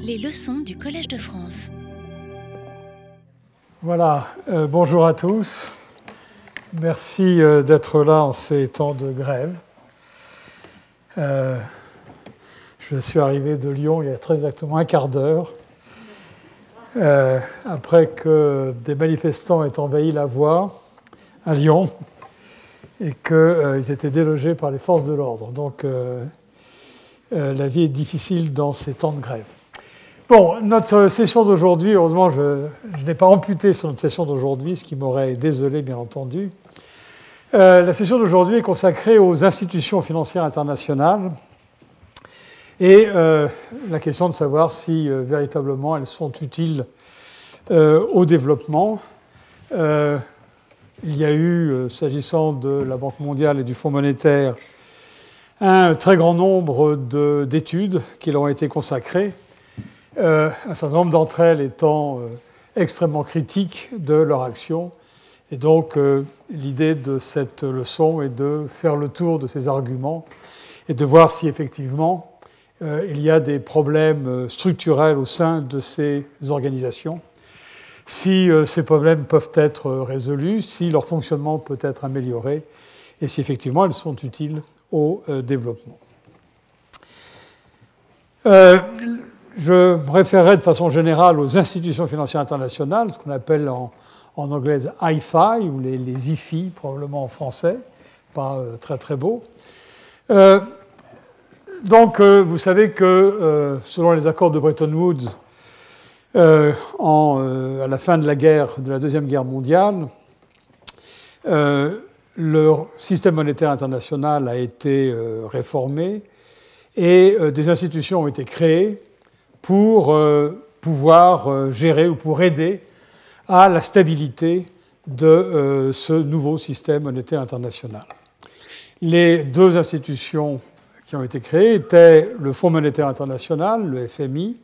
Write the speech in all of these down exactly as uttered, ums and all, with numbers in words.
Les leçons du Collège de France. Voilà, euh, bonjour à tous. Merci euh, d'être là en ces temps de grève. Euh, je suis arrivé de Lyon il y a très exactement un quart d'heure, euh, après que des manifestants aient envahi la voie à Lyon et qu'ils euh, étaient délogés par les forces de l'ordre. Donc euh, euh, la vie est difficile dans ces temps de grève. Bon, notre session d'aujourd'hui, heureusement, je, je n'ai pas amputé sur notre session d'aujourd'hui, ce qui m'aurait désolé, bien entendu. Euh, la session d'aujourd'hui est consacrée aux institutions financières internationales et euh, la question de savoir si euh, véritablement elles sont utiles euh, au développement. Euh, il y a eu, euh, s'agissant de la Banque mondiale et du Fonds monétaire, un très grand nombre de, d'études qui leur ont été consacrées. Euh, un certain nombre d'entre elles étant euh, extrêmement critiques de leur action. Et donc, euh, l'idée de cette leçon est de faire le tour de ces arguments et de voir si effectivement euh, il y a des problèmes structurels au sein de ces organisations, si euh, ces problèmes peuvent être résolus, si leur fonctionnement peut être amélioré et si effectivement elles sont utiles au euh, développement. Euh, Je me référerai de façon générale aux institutions financières internationales, ce qu'on appelle en, en anglais I F I, ou les, les I F I, probablement en français, pas euh, très très beau. Euh, donc, euh, vous savez que, euh, selon les accords de Bretton Woods, euh, en, euh, à la fin de la guerre, de la Deuxième Guerre mondiale, euh, le système monétaire international a été euh, réformé et euh, des institutions ont été créées pour euh, pouvoir euh, gérer ou pour aider à la stabilité de euh, ce nouveau système monétaire international. Les deux institutions qui ont été créées étaient le Fonds monétaire international, le F M I,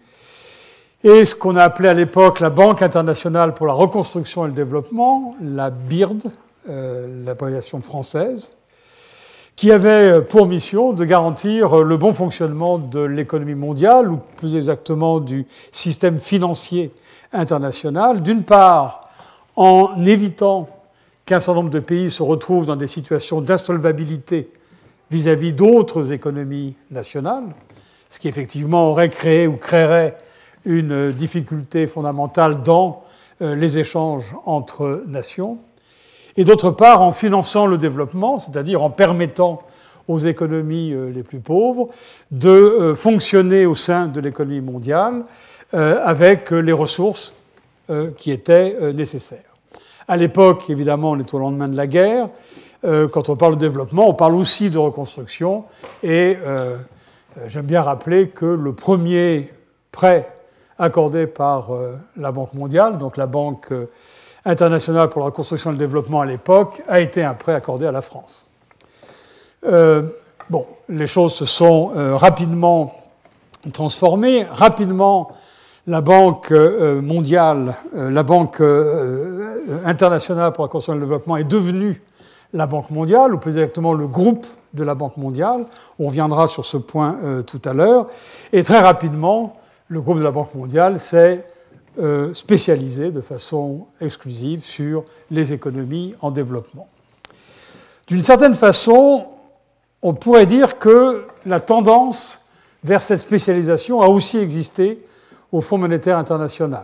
et ce qu'on a appelé à l'époque la Banque internationale pour la reconstruction et le développement, la B I R D, euh, l'abréviation française, qui avait pour mission de garantir le bon fonctionnement de l'économie mondiale, ou plus exactement du système financier international, d'une part en évitant qu'un certain nombre de pays se retrouvent dans des situations d'insolvabilité vis-à-vis d'autres économies nationales, ce qui effectivement aurait créé ou créerait une difficulté fondamentale dans les échanges entre nations, et d'autre part en finançant le développement, c'est-à-dire en permettant aux économies les plus pauvres de fonctionner au sein de l'économie mondiale avec les ressources qui étaient nécessaires. À l'époque, évidemment, on est au lendemain de la guerre. Quand on parle de développement, on parle aussi de reconstruction. Et euh, j'aime bien rappeler que le premier prêt accordé par la Banque mondiale, donc la Banque internationale pour la reconstruction et le développement à l'époque, a été un prêt accordé à la France. Euh, bon, les choses se sont euh, rapidement transformées. Rapidement, la Banque euh, mondiale, euh, la Banque euh, internationale pour la reconstruction et le développement est devenue la Banque mondiale, ou plus exactement le groupe de la Banque mondiale. On reviendra sur ce point euh, tout à l'heure. Et très rapidement, le groupe de la Banque mondiale s'est Euh, spécialisé de façon exclusive sur les économies en développement. D'une certaine façon, on pourrait dire que la tendance vers cette spécialisation a aussi existé au Fonds monétaire international.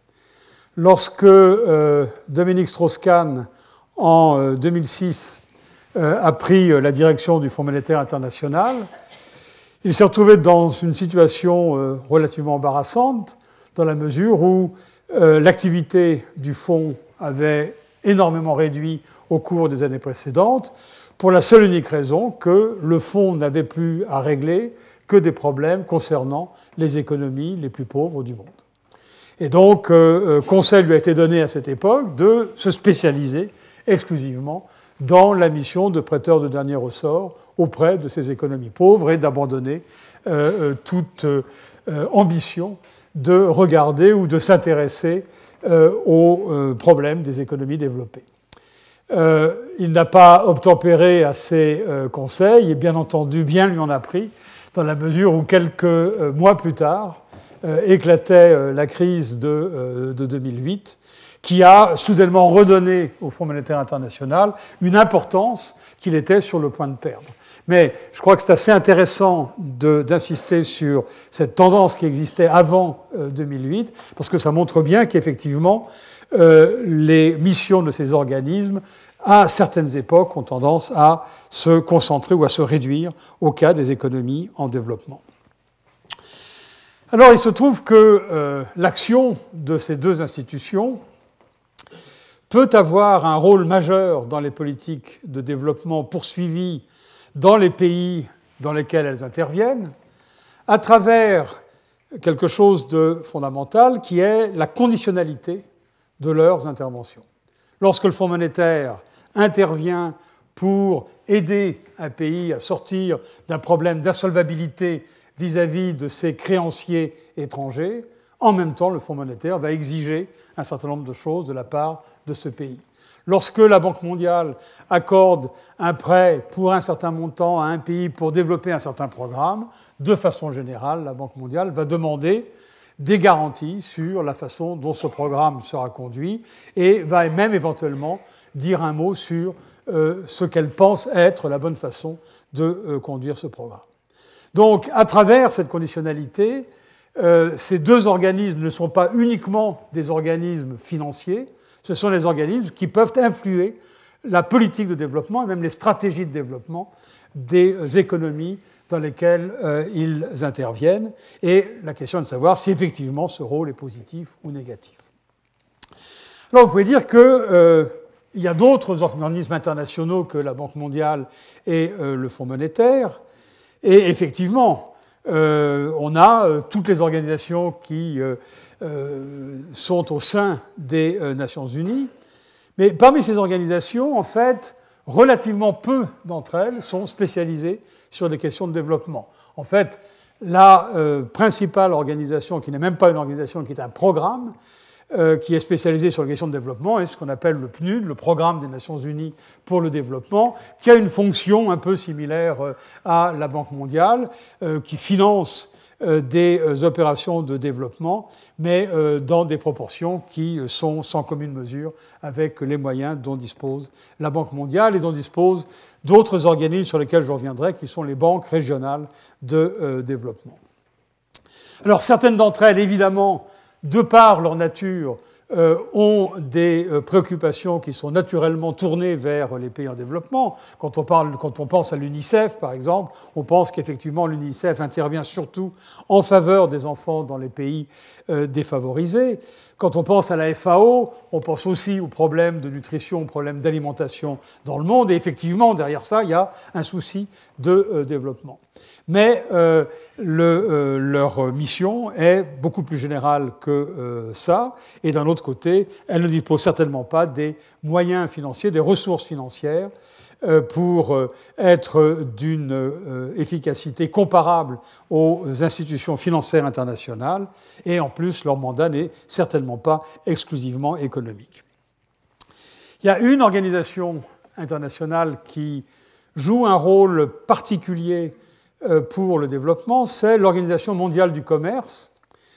Lorsque euh, Dominique Strauss-Kahn, en euh, deux mille six, euh, a pris la direction du Fonds monétaire international, il s'est retrouvé dans une situation euh, relativement embarrassante, dans la mesure où euh, l'activité du fonds avait énormément réduit au cours des années précédentes, pour la seule et unique raison que le fonds n'avait plus à régler que des problèmes concernant les économies les plus pauvres du monde. Et donc, euh, conseil lui a été donné à cette époque de se spécialiser exclusivement dans la mission de prêteur de dernier ressort auprès de ces économies pauvres et d'abandonner euh, toute euh, ambition de regarder ou de s'intéresser euh, aux euh, problèmes des économies développées. Euh, il n'a pas obtempéré à ces euh, conseils, et bien entendu, bien lui en a pris, dans la mesure où quelques euh, mois plus tard, euh, éclatait euh, la crise de, euh, de deux mille huit, qui a soudainement redonné au Fonds monétaire international une importance qu'il était sur le point de perdre. Mais je crois que c'est assez intéressant de, d'insister sur cette tendance qui existait avant euh, deux mille huit, parce que ça montre bien qu'effectivement, euh, les missions de ces organismes, à certaines époques, ont tendance à se concentrer ou à se réduire au cas des économies en développement. Alors, il se trouve que euh, l'action de ces deux institutions peut avoir un rôle majeur dans les politiques de développement poursuivies dans les pays dans lesquels elles interviennent, à travers quelque chose de fondamental qui est la conditionnalité de leurs interventions. Lorsque le Fonds monétaire intervient pour aider un pays à sortir d'un problème d'insolvabilité vis-à-vis de ses créanciers étrangers, en même temps, le Fonds monétaire va exiger un certain nombre de choses de la part de ce pays. Lorsque la Banque mondiale accorde un prêt pour un certain montant à un pays pour développer un certain programme, de façon générale, la Banque mondiale va demander des garanties sur la façon dont ce programme sera conduit et va même éventuellement dire un mot sur euh, ce qu'elle pense être la bonne façon de euh, conduire ce programme. Donc, à travers cette conditionnalité, euh, ces deux organismes ne sont pas uniquement des organismes financiers, ce sont des organismes qui peuvent influer la politique de développement et même les stratégies de développement des économies dans lesquelles euh, ils interviennent. Et la question est de savoir si effectivement ce rôle est positif ou négatif. Alors vous pouvez dire qu'il euh, y a d'autres organismes internationaux que la Banque mondiale et euh, le Fonds monétaire. Et effectivement, euh, on a euh, toutes les organisations qui euh, euh, sont au sein des euh, Nations Unies. Mais parmi ces organisations, en fait, relativement peu d'entre elles sont spécialisées sur des questions de développement. En fait, la euh, principale organisation, qui n'est même pas une organisation, qui est un programme, euh, qui est spécialisé sur les questions de développement, est ce qu'on appelle le P N U D, le Programme des Nations Unies pour le développement, qui a une fonction un peu similaire euh, à la Banque mondiale, euh, qui finance euh, des euh, opérations de développement, mais euh, dans des proportions qui sont sans commune mesure avec les moyens dont dispose la Banque mondiale et dont disposent d'autres organismes sur lesquels je reviendrai, qui sont les banques régionales de euh, développement. Alors, certaines d'entre elles, évidemment, de par leur nature, euh, ont des euh, préoccupations qui sont naturellement tournées vers les pays en développement. Quand on, parle, quand on pense à l'UNICEF, par exemple, on pense qu'effectivement l'UNICEF intervient surtout en faveur des enfants dans les pays euh, défavorisés. Quand on pense à la F A O, on pense aussi aux problèmes de nutrition, aux problèmes d'alimentation dans le monde. Et effectivement, derrière ça, il y a un souci de euh, développement. Mais euh, le, euh, leur mission est beaucoup plus générale que euh, ça. Et d'un autre côté, elles ne disposent certainement pas des moyens financiers, des ressources financières euh, pour euh, être d'une euh, efficacité comparable aux institutions financières internationales. Et en plus, leur mandat n'est certainement pas exclusivement économique. Il y a une organisation internationale qui joue un rôle particulier pour le développement, c'est l'Organisation mondiale du commerce,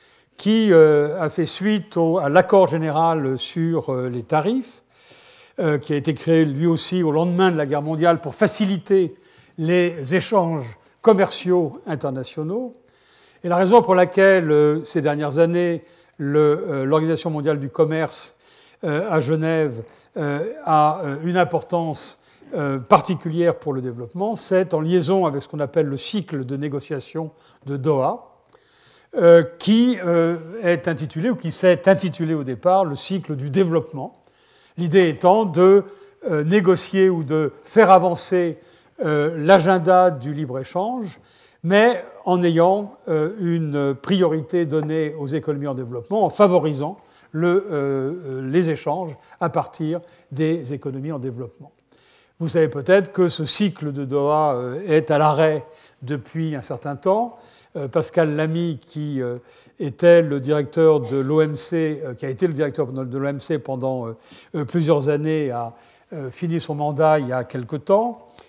qui euh, a fait suite au, à l'accord général sur euh, les tarifs, euh, qui a été créé lui aussi au lendemain de la guerre mondiale pour faciliter les échanges commerciaux internationaux. Et la raison pour laquelle, euh, ces dernières années, le, euh, l'Organisation mondiale du commerce euh, à Genève euh, a euh, une importance Euh, particulière pour le développement, c'est en liaison avec ce qu'on appelle le cycle de négociation de Doha, euh, qui euh, est intitulé, ou qui s'est intitulé au départ, le cycle du développement. L'idée étant de euh, négocier ou de faire avancer euh, l'agenda du libre-échange, mais en ayant euh, une priorité donnée aux économies en développement, en favorisant le, euh, les échanges à partir des économies en développement. Vous savez peut-être que ce cycle de Doha est à l'arrêt depuis un certain temps. Pascal Lamy, qui était le directeur de l'O M C, qui a été le directeur de l'O M C pendant plusieurs années, a fini son mandat il y a quelque temps.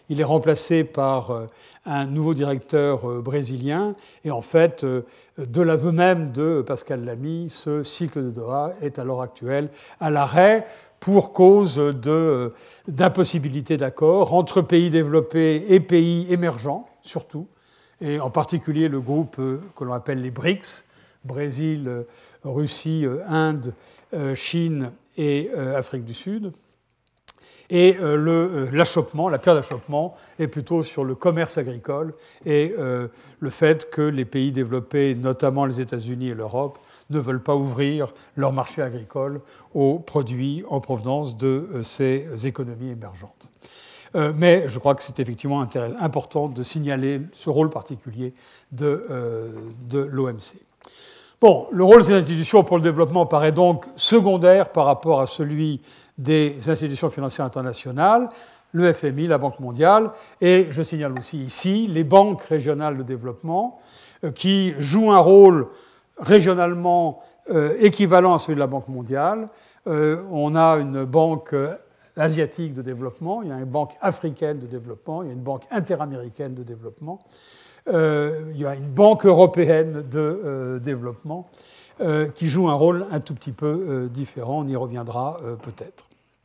il est remplacé par un nouveau directeur brésilien. Et en fait, de l'aveu même de Pascal Lamy, ce cycle de Doha est à l'heure actuelle à l'arrêt pour cause de, d'impossibilité d'accord entre pays développés et pays émergents, surtout, et en particulier le groupe que l'on appelle les BRICS, Brésil, Russie, Inde, Chine et Afrique du Sud. Et le, l'achoppement, la pierre d'achoppement est plutôt sur le commerce agricole et euh, le fait que les pays développés, notamment les États-Unis et l'Europe, ne veulent pas ouvrir leur marché agricole aux produits en provenance de euh, ces économies émergentes. Euh, mais je crois que c'est effectivement important de signaler ce rôle particulier de, euh, de l'O M C. Bon, le rôle des institutions pour le développement paraît donc secondaire par rapport à celui des institutions financières internationales, le F M I, la Banque mondiale, et je signale aussi ici les banques régionales de développement qui jouent un rôle régionalement euh, équivalent à celui de la Banque mondiale. Euh, on a une banque asiatique de développement, il y a une banque africaine de développement, il y a une banque interaméricaine de développement, euh, il y a une banque européenne de euh, développement euh, qui joue un rôle un tout petit peu euh, différent, on y reviendra euh, peut-être.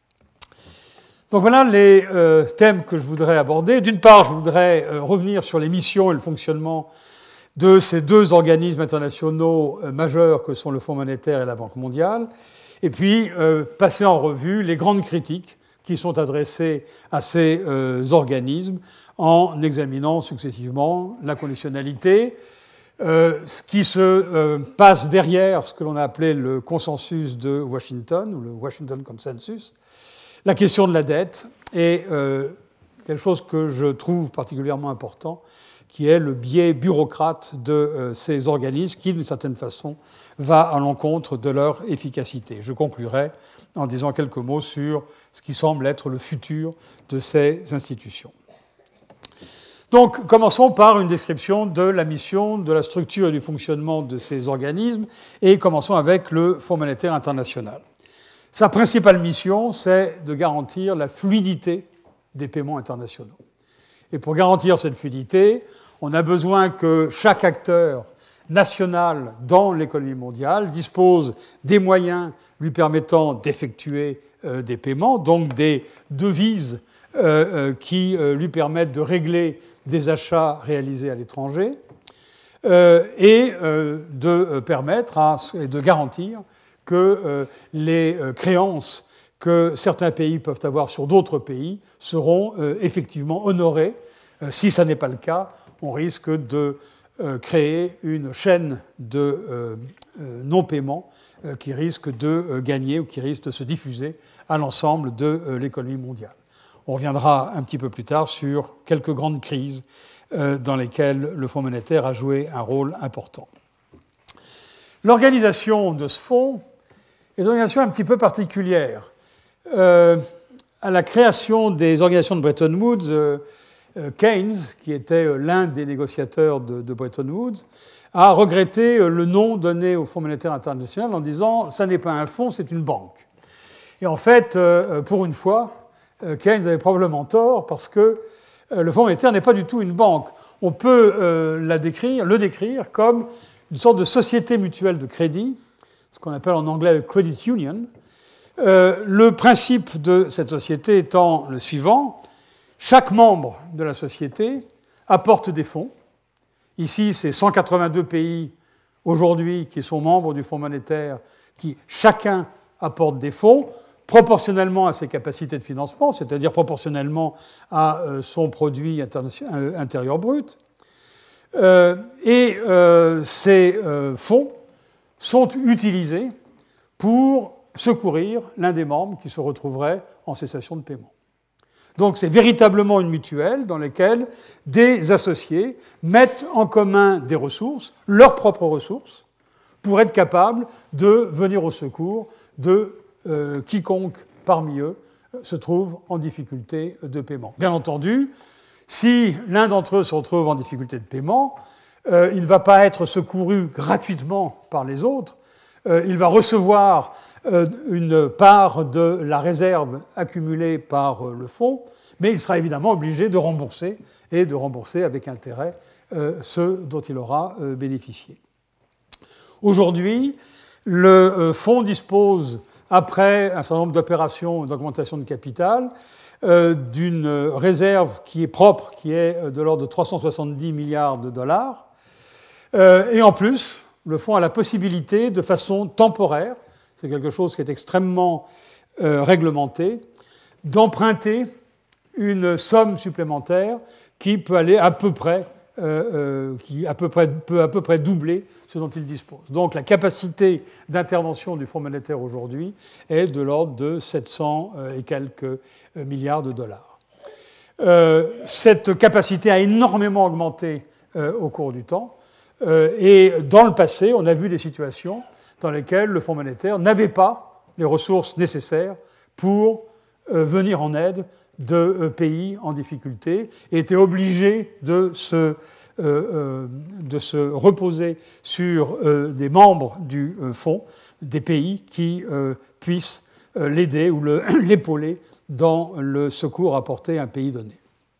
Donc voilà les euh, thèmes que je voudrais aborder. D'une part, je voudrais euh, revenir sur les missions et le fonctionnement de ces deux organismes internationaux euh, majeurs que sont le Fonds monétaire et la Banque mondiale, et puis euh, passer en revue les grandes critiques qui sont adressées à ces euh, organismes en examinant successivement la conditionnalité, euh, ce qui se euh, passe derrière ce que l'on a appelé le consensus de Washington, ou le Washington Consensus, la question de la dette est euh, quelque chose que je trouve particulièrement important, qui est le biais bureaucrate de euh, ces organismes qui, d'une certaine façon, va à l'encontre de leur efficacité. Je conclurai en disant quelques mots sur ce qui semble être le futur de ces institutions. Donc, commençons par une description de la mission, de la structure et du fonctionnement de ces organismes, et commençons avec le Fonds monétaire international. Sa principale mission, c'est de garantir la fluidité des paiements internationaux. Et pour garantir cette fluidité, on a besoin que chaque acteur national dans l'économie mondiale dispose des moyens lui permettant d'effectuer euh, des paiements, donc des devises euh, euh, qui euh, lui permettent de régler des achats réalisés à l'étranger, euh, et euh, de euh, permettre à, et de garantir que euh, les euh, créances que certains pays peuvent avoir sur d'autres pays seront euh, effectivement honorées. Euh, si ça n'est pas le cas, on risque de euh, créer une chaîne de euh, euh, non-paiement euh, qui risque de euh, gagner ou qui risque de se diffuser à l'ensemble de euh, l'économie mondiale. On reviendra un petit peu plus tard sur quelques grandes crises euh, dans lesquelles le Fonds monétaire a joué un rôle important. L'organisation de ce fonds est une organisation un petit peu particulière. Euh, à la création des organisations de Bretton Woods, euh, Keynes, qui était l'un des négociateurs de, de Bretton Woods, a regretté le nom donné au Fonds monétaire international en disant « ça n'est pas un fonds, c'est une banque ». Et en fait, euh, pour une fois, Keynes avait probablement tort parce que euh, le Fonds monétaire n'est pas du tout une banque. On peut euh, la décrire, le décrire comme une sorte de société mutuelle de crédit, ce qu'on appelle en anglais le credit union. Euh, le principe de cette société étant le suivant: chaque membre de la société apporte des fonds. Ici, c'est cent quatre-vingt-deux pays aujourd'hui qui sont membres du Fonds monétaire, qui chacun apporte des fonds proportionnellement à ses capacités de financement, c'est-à-dire proportionnellement à euh, son produit intérieur brut. Euh, et euh, ces euh, fonds sont utilisés pour secourir l'un des membres qui se retrouverait en cessation de paiement. Donc c'est véritablement une mutuelle dans laquelle des associés mettent en commun des ressources, leurs propres ressources, pour être capables de venir au secours de euh, quiconque parmi eux se trouve en difficulté de paiement. Bien entendu, si l'un d'entre eux se retrouve en difficulté de paiement, euh, il ne va pas être secouru gratuitement par les autres, euh, il va recevoir euh, une part de la réserve accumulée par euh, le fonds, mais il sera évidemment obligé de rembourser, et de rembourser avec intérêt euh, ceux dont il aura euh, bénéficié. Aujourd'hui, le euh, fonds dispose, après un certain nombre d'opérations d'augmentation de capital, euh, d'une réserve qui est propre, qui est de l'ordre de trois cent soixante-dix milliards de dollars. Euh, et en plus, le fonds a la possibilité, de façon temporaire, c'est quelque chose qui est extrêmement euh, réglementé, d'emprunter une somme supplémentaire qui peut aller à peu près, euh, euh, qui à peu près, peut à peu près doubler ce dont il dispose. Donc la capacité d'intervention du Fonds monétaire aujourd'hui est de l'ordre de sept cents et quelques milliards de dollars. Euh, cette capacité a énormément augmenté euh, au cours du temps, euh, et dans le passé, on a vu des situations dans lesquelles le Fonds monétaire n'avait pas les ressources nécessaires pour euh, venir en aide de euh, pays en difficulté et était obligé de se, euh, euh, de se reposer sur euh, des membres du euh, fonds, des pays qui euh, puissent euh, l'aider ou le, l'épauler dans le secours apporté à un pays donné.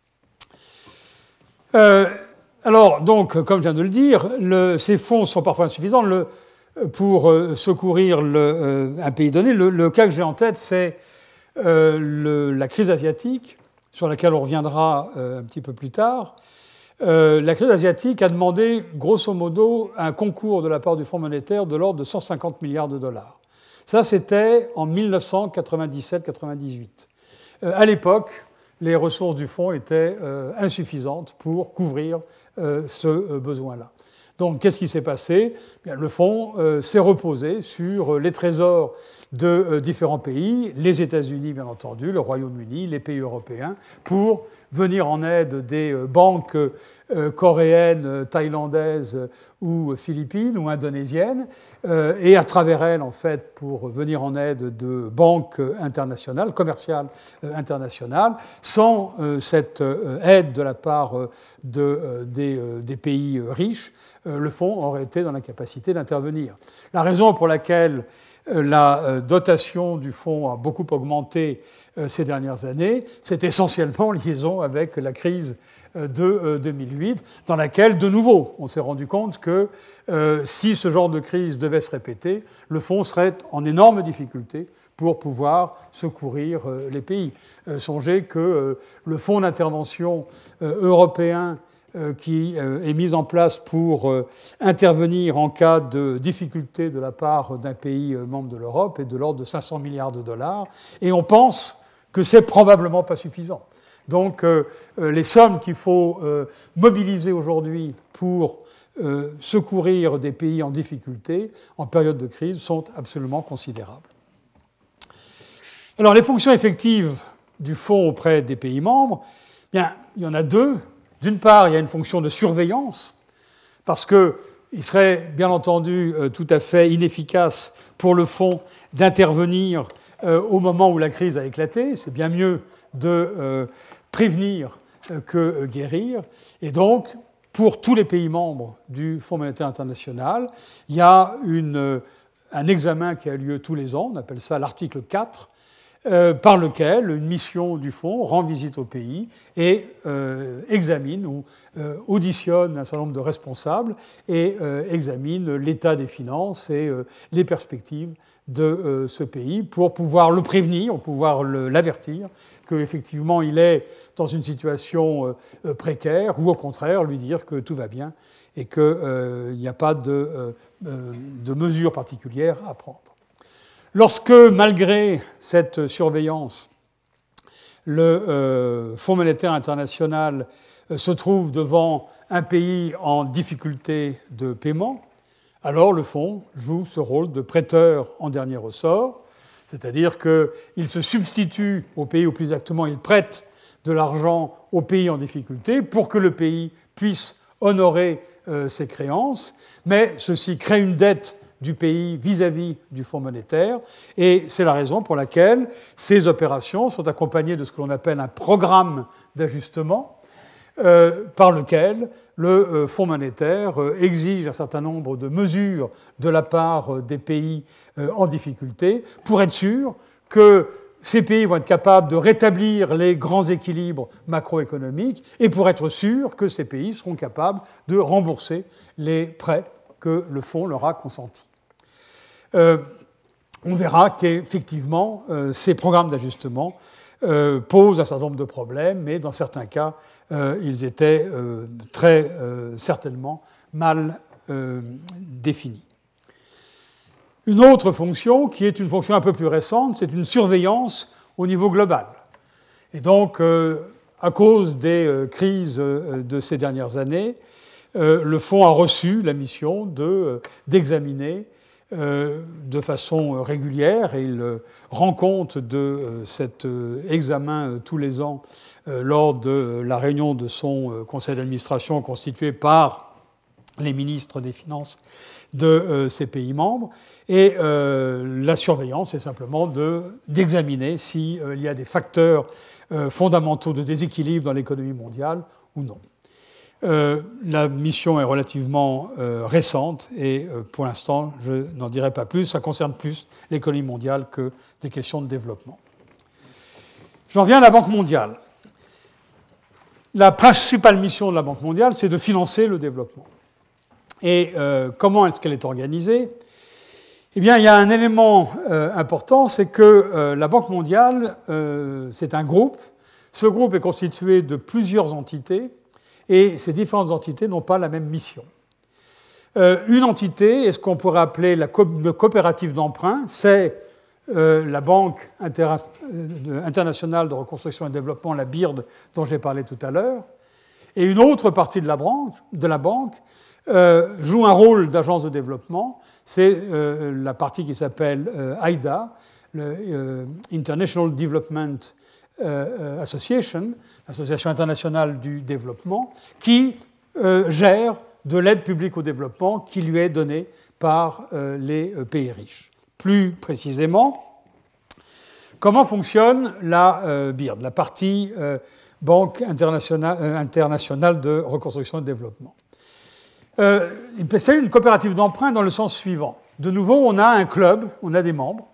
Euh, alors, donc, comme je viens de le dire, le, ces fonds sont parfois insuffisants le, pour euh, secourir le, euh, un pays donné. Le, le cas que j'ai en tête, c'est Euh, le, la crise asiatique, sur laquelle on reviendra euh, un petit peu plus tard. Euh, la crise asiatique a demandé, grosso modo, un concours de la part du Fonds monétaire de l'ordre de cent cinquante milliards de dollars. Ça, c'était en mille neuf cent quatre-vingt-dix-sept quatre-vingt-dix-huit. Euh, à l'époque, les ressources du Fonds étaient euh, insuffisantes pour couvrir euh, ce euh, besoin-là. Donc, qu'est-ce qui s'est passé ? Bien, le Fonds euh, s'est reposé sur les trésors de euh, différents pays, les États-Unis, bien entendu, le Royaume-Uni, les pays européens, pour venir en aide des euh, banques euh, coréennes, thaïlandaises ou philippines ou indonésiennes, euh, et à travers elles, en fait, pour venir en aide de banques internationales, commerciales euh, internationales. Sans euh, cette euh, aide de la part euh, de, euh, des, euh, des pays euh, riches, euh, le Fonds aurait été dans l'incapacité d'intervenir. La raison pour laquelle euh, la euh, dotation du Fonds a beaucoup augmenté euh, ces dernières années, c'est essentiellement en liaison avec la crise de deux mille huit, dans laquelle, de nouveau, on s'est rendu compte que euh, si ce genre de crise devait se répéter, le Fonds serait en énorme difficulté pour pouvoir secourir euh, les pays. Euh, songez que euh, le Fonds d'intervention euh, européen euh, qui euh, est mis en place pour euh, intervenir en cas de difficulté de la part d'un pays euh, membre de l'Europe est de l'ordre de cinq cents milliards de dollars, et on pense que c'est probablement pas suffisant. Donc, euh, les sommes qu'il faut euh, mobiliser aujourd'hui pour euh, secourir des pays en difficulté, en période de crise, sont absolument considérables. Alors, les fonctions effectives du Fonds auprès des pays membres, bien, il y en a deux. D'une part, il y a une fonction de surveillance, parce qu'il serait, bien entendu, euh, tout à fait inefficace pour le Fonds d'intervenir euh, au moment où la crise a éclaté. C'est bien mieux de euh, prévenir euh, que euh, guérir. Et donc, pour tous les pays membres du Fonds monétaire international, il y a une, euh, un examen qui a lieu tous les ans, on appelle ça l'article quatre, euh, par lequel une mission du Fonds rend visite au pays et euh, examine ou euh, auditionne un certain nombre de responsables et euh, examine l'état des finances et euh, les perspectives de euh, ce pays pour pouvoir le prévenir, pour pouvoir le, l'avertir qu'effectivement il est dans une situation euh, précaire, ou au contraire lui dire que tout va bien et qu'il euh, n'y a pas de, euh, de mesures particulières à prendre. Lorsque, malgré cette surveillance, le euh, Fonds monétaire international euh, se trouve devant un pays en difficulté de paiement, alors le Fonds joue ce rôle de prêteur en dernier ressort, c'est-à-dire qu'il se substitue au pays, ou plus exactement, il prête de l'argent au pays en difficulté pour que le pays puisse honorer euh, ses créances, mais ceci crée une dette du pays vis-à-vis du Fonds monétaire, et c'est la raison pour laquelle ces opérations sont accompagnées de ce que l'on appelle un programme d'ajustement, euh, par lequel le euh, Fonds monétaire euh, exige un certain nombre de mesures de la part euh, des pays euh, en difficulté pour être sûr que ces pays vont être capables de rétablir les grands équilibres macroéconomiques et pour être sûr que ces pays seront capables de rembourser les prêts que le fonds leur a consentis. Euh, on verra qu'effectivement, euh, ces programmes d'ajustement euh, posent un certain nombre de problèmes, mais dans certains cas, euh, ils étaient euh, très euh, certainement mal euh, définis. Une autre fonction, qui est une fonction un peu plus récente, c'est une surveillance au niveau global. Et donc, euh, à cause des euh, crises euh, de ces dernières années, euh, le Fonds a reçu la mission de, euh, d'examiner euh, de façon régulière, et il euh, rend compte de euh, cet euh, examen euh, tous les ans euh, lors de euh, la réunion de son euh, conseil d'administration constitué par les ministres des Finances de euh, ces pays membres. Et euh, la surveillance, c'est simplement de, d'examiner s'il euh, y a des facteurs euh, fondamentaux de déséquilibre dans l'économie mondiale ou non. Euh, la mission est relativement euh, récente et euh, pour l'instant, je n'en dirai pas plus. Ça concerne plus l'économie mondiale que des questions de développement. J'en viens à la Banque mondiale. La principale mission de la Banque mondiale, c'est de financer le développement. Et euh, comment est-ce qu'elle est organisée ? Eh bien, il y a un élément euh, important, c'est que euh, la Banque mondiale, euh, c'est un groupe. Ce groupe est constitué de plusieurs entités, et ces différentes entités n'ont pas la même mission. Euh, une entité est ce qu'on pourrait appeler la co- le coopérative d'emprunt, c'est euh, la Banque inter- euh, internationale de reconstruction et de développement, la B I R D, dont j'ai parlé tout à l'heure. Et une autre partie de la, branche, de la banque euh, joue un rôle d'agence de développement, c'est euh, la partie qui s'appelle euh, I D A, le euh, International Development euh, Association, l'Association internationale du développement, qui euh, gère de l'aide publique au développement qui lui est donnée par euh, les euh, pays riches. Plus précisément, comment fonctionne la euh, B I R D, la partie euh, Banque internationale, euh, internationale de reconstruction et de développement? Euh, c'est une coopérative d'emprunt dans le sens suivant. De nouveau, on a un club, on a des membres.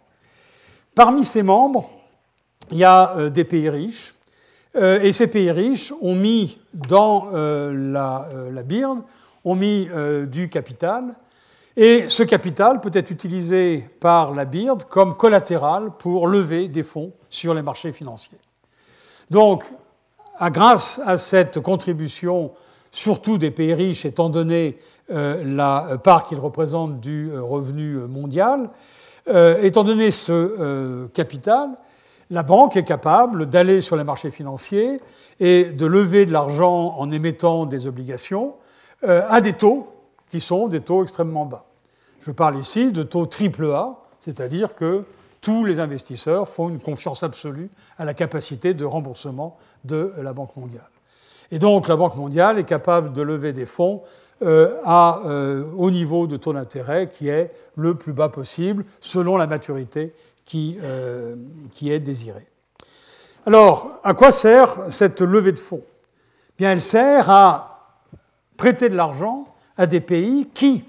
Parmi ces membres, il y a euh, des pays riches. Euh, et ces pays riches ont mis dans euh, la, euh, la B I R D, ont mis euh, du capital. Et ce capital peut être utilisé par la B I R D comme collatéral pour lever des fonds sur les marchés financiers. Donc, à, grâce à cette contribution, surtout des pays riches, étant donné euh, la part qu'ils représentent du euh, revenu mondial, euh, étant donné ce euh, capital, la banque est capable d'aller sur les marchés financiers et de lever de l'argent en émettant des obligations euh, à des taux qui sont des taux extrêmement bas. Je parle ici de taux triple A, c'est-à-dire que tous les investisseurs font une confiance absolue à la capacité de remboursement de la Banque mondiale. Et donc, la Banque mondiale est capable de lever des fonds euh, à, euh, au niveau de taux d'intérêt qui est le plus bas possible, selon la maturité qui, euh, qui est désirée. Alors, à quoi sert cette levée de fonds ? Bien, elle sert à prêter de l'argent à des pays qui,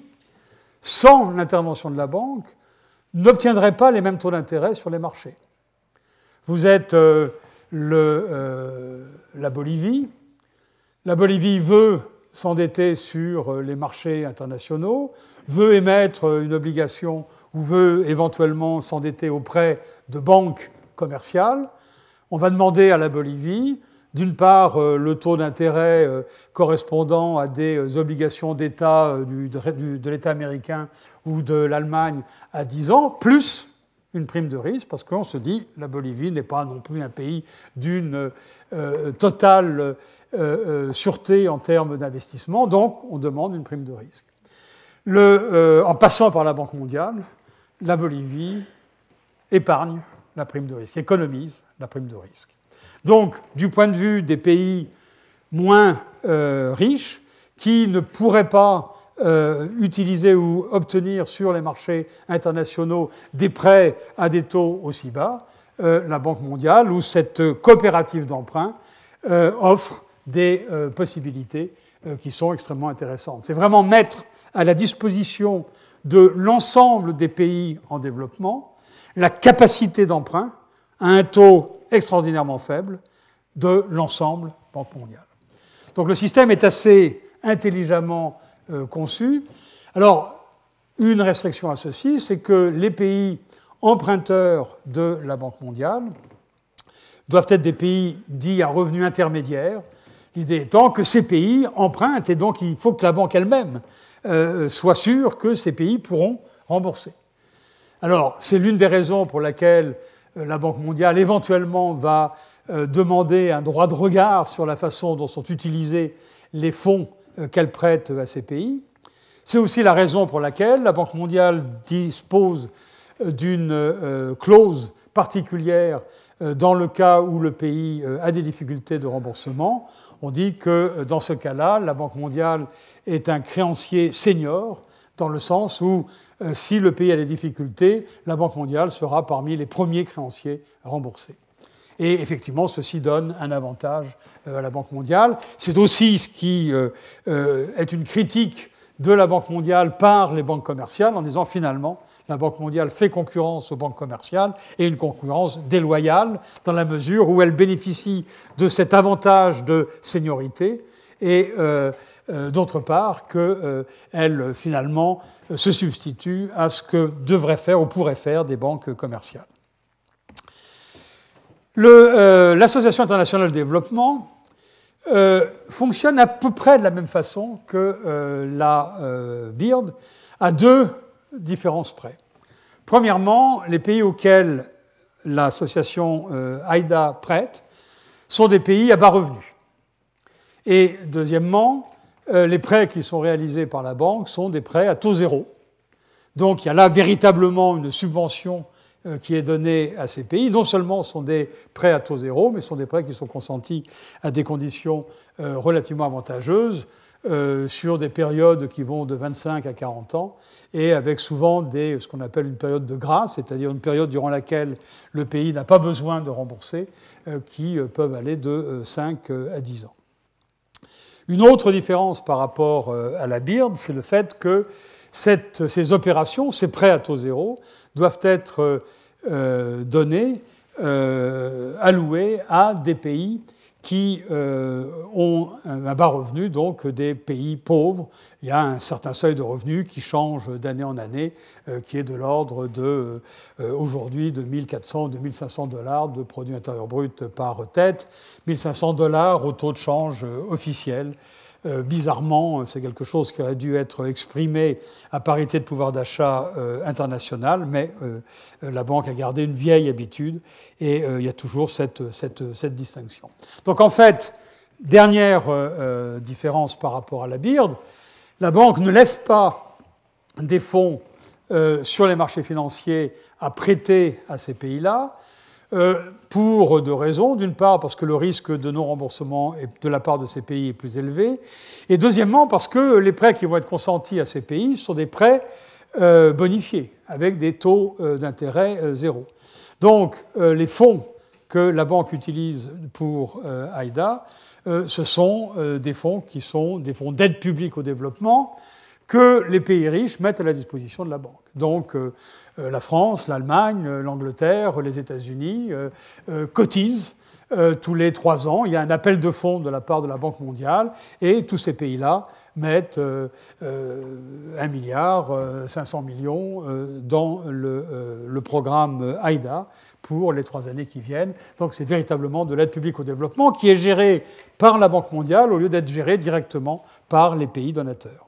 sans l'intervention de la banque, n'obtiendraient pas les mêmes taux d'intérêt sur les marchés. Vous êtes euh, le, euh, la Bolivie. La Bolivie veut s'endetter sur les marchés internationaux, veut émettre une obligation ou veut éventuellement s'endetter auprès de banques commerciales. On va demander à la Bolivie, d'une part, le taux d'intérêt correspondant à des obligations d'État du, de, de l'État américain ou de l'Allemagne à dix ans, plus une prime de risque, parce qu'on se dit la Bolivie n'est pas non plus un pays d'une euh, totale euh, euh, sûreté en termes d'investissement, donc on demande une prime de risque. Le, euh, en passant par la Banque mondiale, la Bolivie épargne la prime de risque, économise la prime de risque. Donc, du point de vue des pays moins euh, riches, qui ne pourraient pas euh, utiliser ou obtenir sur les marchés internationaux des prêts à des taux aussi bas, euh, la Banque mondiale ou cette coopérative d'emprunt euh, offre des euh, possibilités euh, qui sont extrêmement intéressantes. C'est vraiment mettre à la disposition de l'ensemble des pays en développement la capacité d'emprunt à un taux extraordinairement faible de l'ensemble Banque mondiale. Donc le système est assez intelligemment euh, conçu. Alors, une restriction à ceci, c'est que les pays emprunteurs de la Banque mondiale doivent être des pays dits à revenus intermédiaires, l'idée étant que ces pays empruntent et donc il faut que la banque elle-même euh, soit sûre que ces pays pourront rembourser. Alors, c'est l'une des raisons pour laquelle euh, la Banque mondiale éventuellement va euh, demander un droit de regard sur la façon dont sont utilisés les fonds euh, qu'elle prête à ces pays. C'est aussi la raison pour laquelle la Banque mondiale dispose d'une euh, clause particulière euh, dans le cas où le pays euh, a des difficultés de remboursement. On dit que euh, dans ce cas-là, la Banque mondiale est un créancier senior, dans le sens où euh, si le pays a des difficultés, la Banque mondiale sera parmi les premiers créanciers remboursés. Et effectivement, ceci donne un avantage euh, à la Banque mondiale. C'est aussi ce qui euh, euh, est une critique de la Banque mondiale par les banques commerciales, en disant finalement, la Banque mondiale fait concurrence aux banques commerciales et une concurrence déloyale dans la mesure où elle bénéficie de cet avantage de seniorité et euh, euh, d'autre part qu'elle euh, finalement se substitue à ce que devraient faire ou pourraient faire des banques commerciales. Le, euh, L'Association internationale de développement Euh, fonctionne à peu près de la même façon que euh, la euh, B I R D, à deux différences près. Premièrement, les pays auxquels l'association euh, AIDA prête sont des pays à bas revenus. Et deuxièmement, euh, les prêts qui sont réalisés par la banque sont des prêts à taux zéro. Donc il y a là véritablement une subvention qui est donné à ces pays. Non seulement sont des prêts à taux zéro, mais sont des prêts qui sont consentis à des conditions euh, relativement avantageuses euh, sur des périodes qui vont de vingt-cinq à quarante ans et avec souvent des, ce qu'on appelle une période de grâce, c'est-à-dire une période durant laquelle le pays n'a pas besoin de rembourser, euh, qui euh, peuvent aller de euh, cinq à dix ans. Une autre différence par rapport euh, à la B I R D, c'est le fait que cette, ces opérations, ces prêts à taux zéro, doivent être euh, donnés, euh, alloués à des pays qui euh, ont un bas revenu, donc des pays pauvres. Il y a un certain seuil de revenus qui change d'année en année, euh, qui est de l'ordre de, euh, aujourd'hui, de mille quatre cents ou deux mille cinq cents dollars de produit intérieur brut par tête, mille cinq cents dollars au taux de change officiel. Euh, bizarrement, c'est quelque chose qui aurait dû être exprimé à parité de pouvoir d'achat euh, international, mais euh, la banque a gardé une vieille habitude et euh, il y a toujours cette, cette, cette distinction. Donc en fait, dernière euh, différence par rapport à la B I R D, la banque ne lève pas des fonds euh, sur les marchés financiers à prêter à ces pays-là, Euh, pour deux raisons. D'une part, parce que le risque de non-remboursement de la part de ces pays est plus élevé. Et deuxièmement, parce que les prêts qui vont être consentis à ces pays sont des prêts euh, bonifiés, avec des taux euh, d'intérêt euh, zéro. Donc, euh, les fonds que la banque utilise pour euh, AIDA, euh, ce sont euh, des fonds qui sont des fonds d'aide publique au développement que les pays riches mettent à la disposition de la banque. Donc, euh, la France, l'Allemagne, l'Angleterre, les États-Unis euh, euh, cotisent euh, tous les trois ans. Il y a un appel de fonds de la part de la Banque mondiale et tous ces pays-là mettent euh, euh, un milliard cinq cents millions euh, dans le, euh, le programme AIDA pour les trois années qui viennent. Donc c'est véritablement de l'aide publique au développement qui est gérée par la Banque mondiale au lieu d'être gérée directement par les pays donateurs.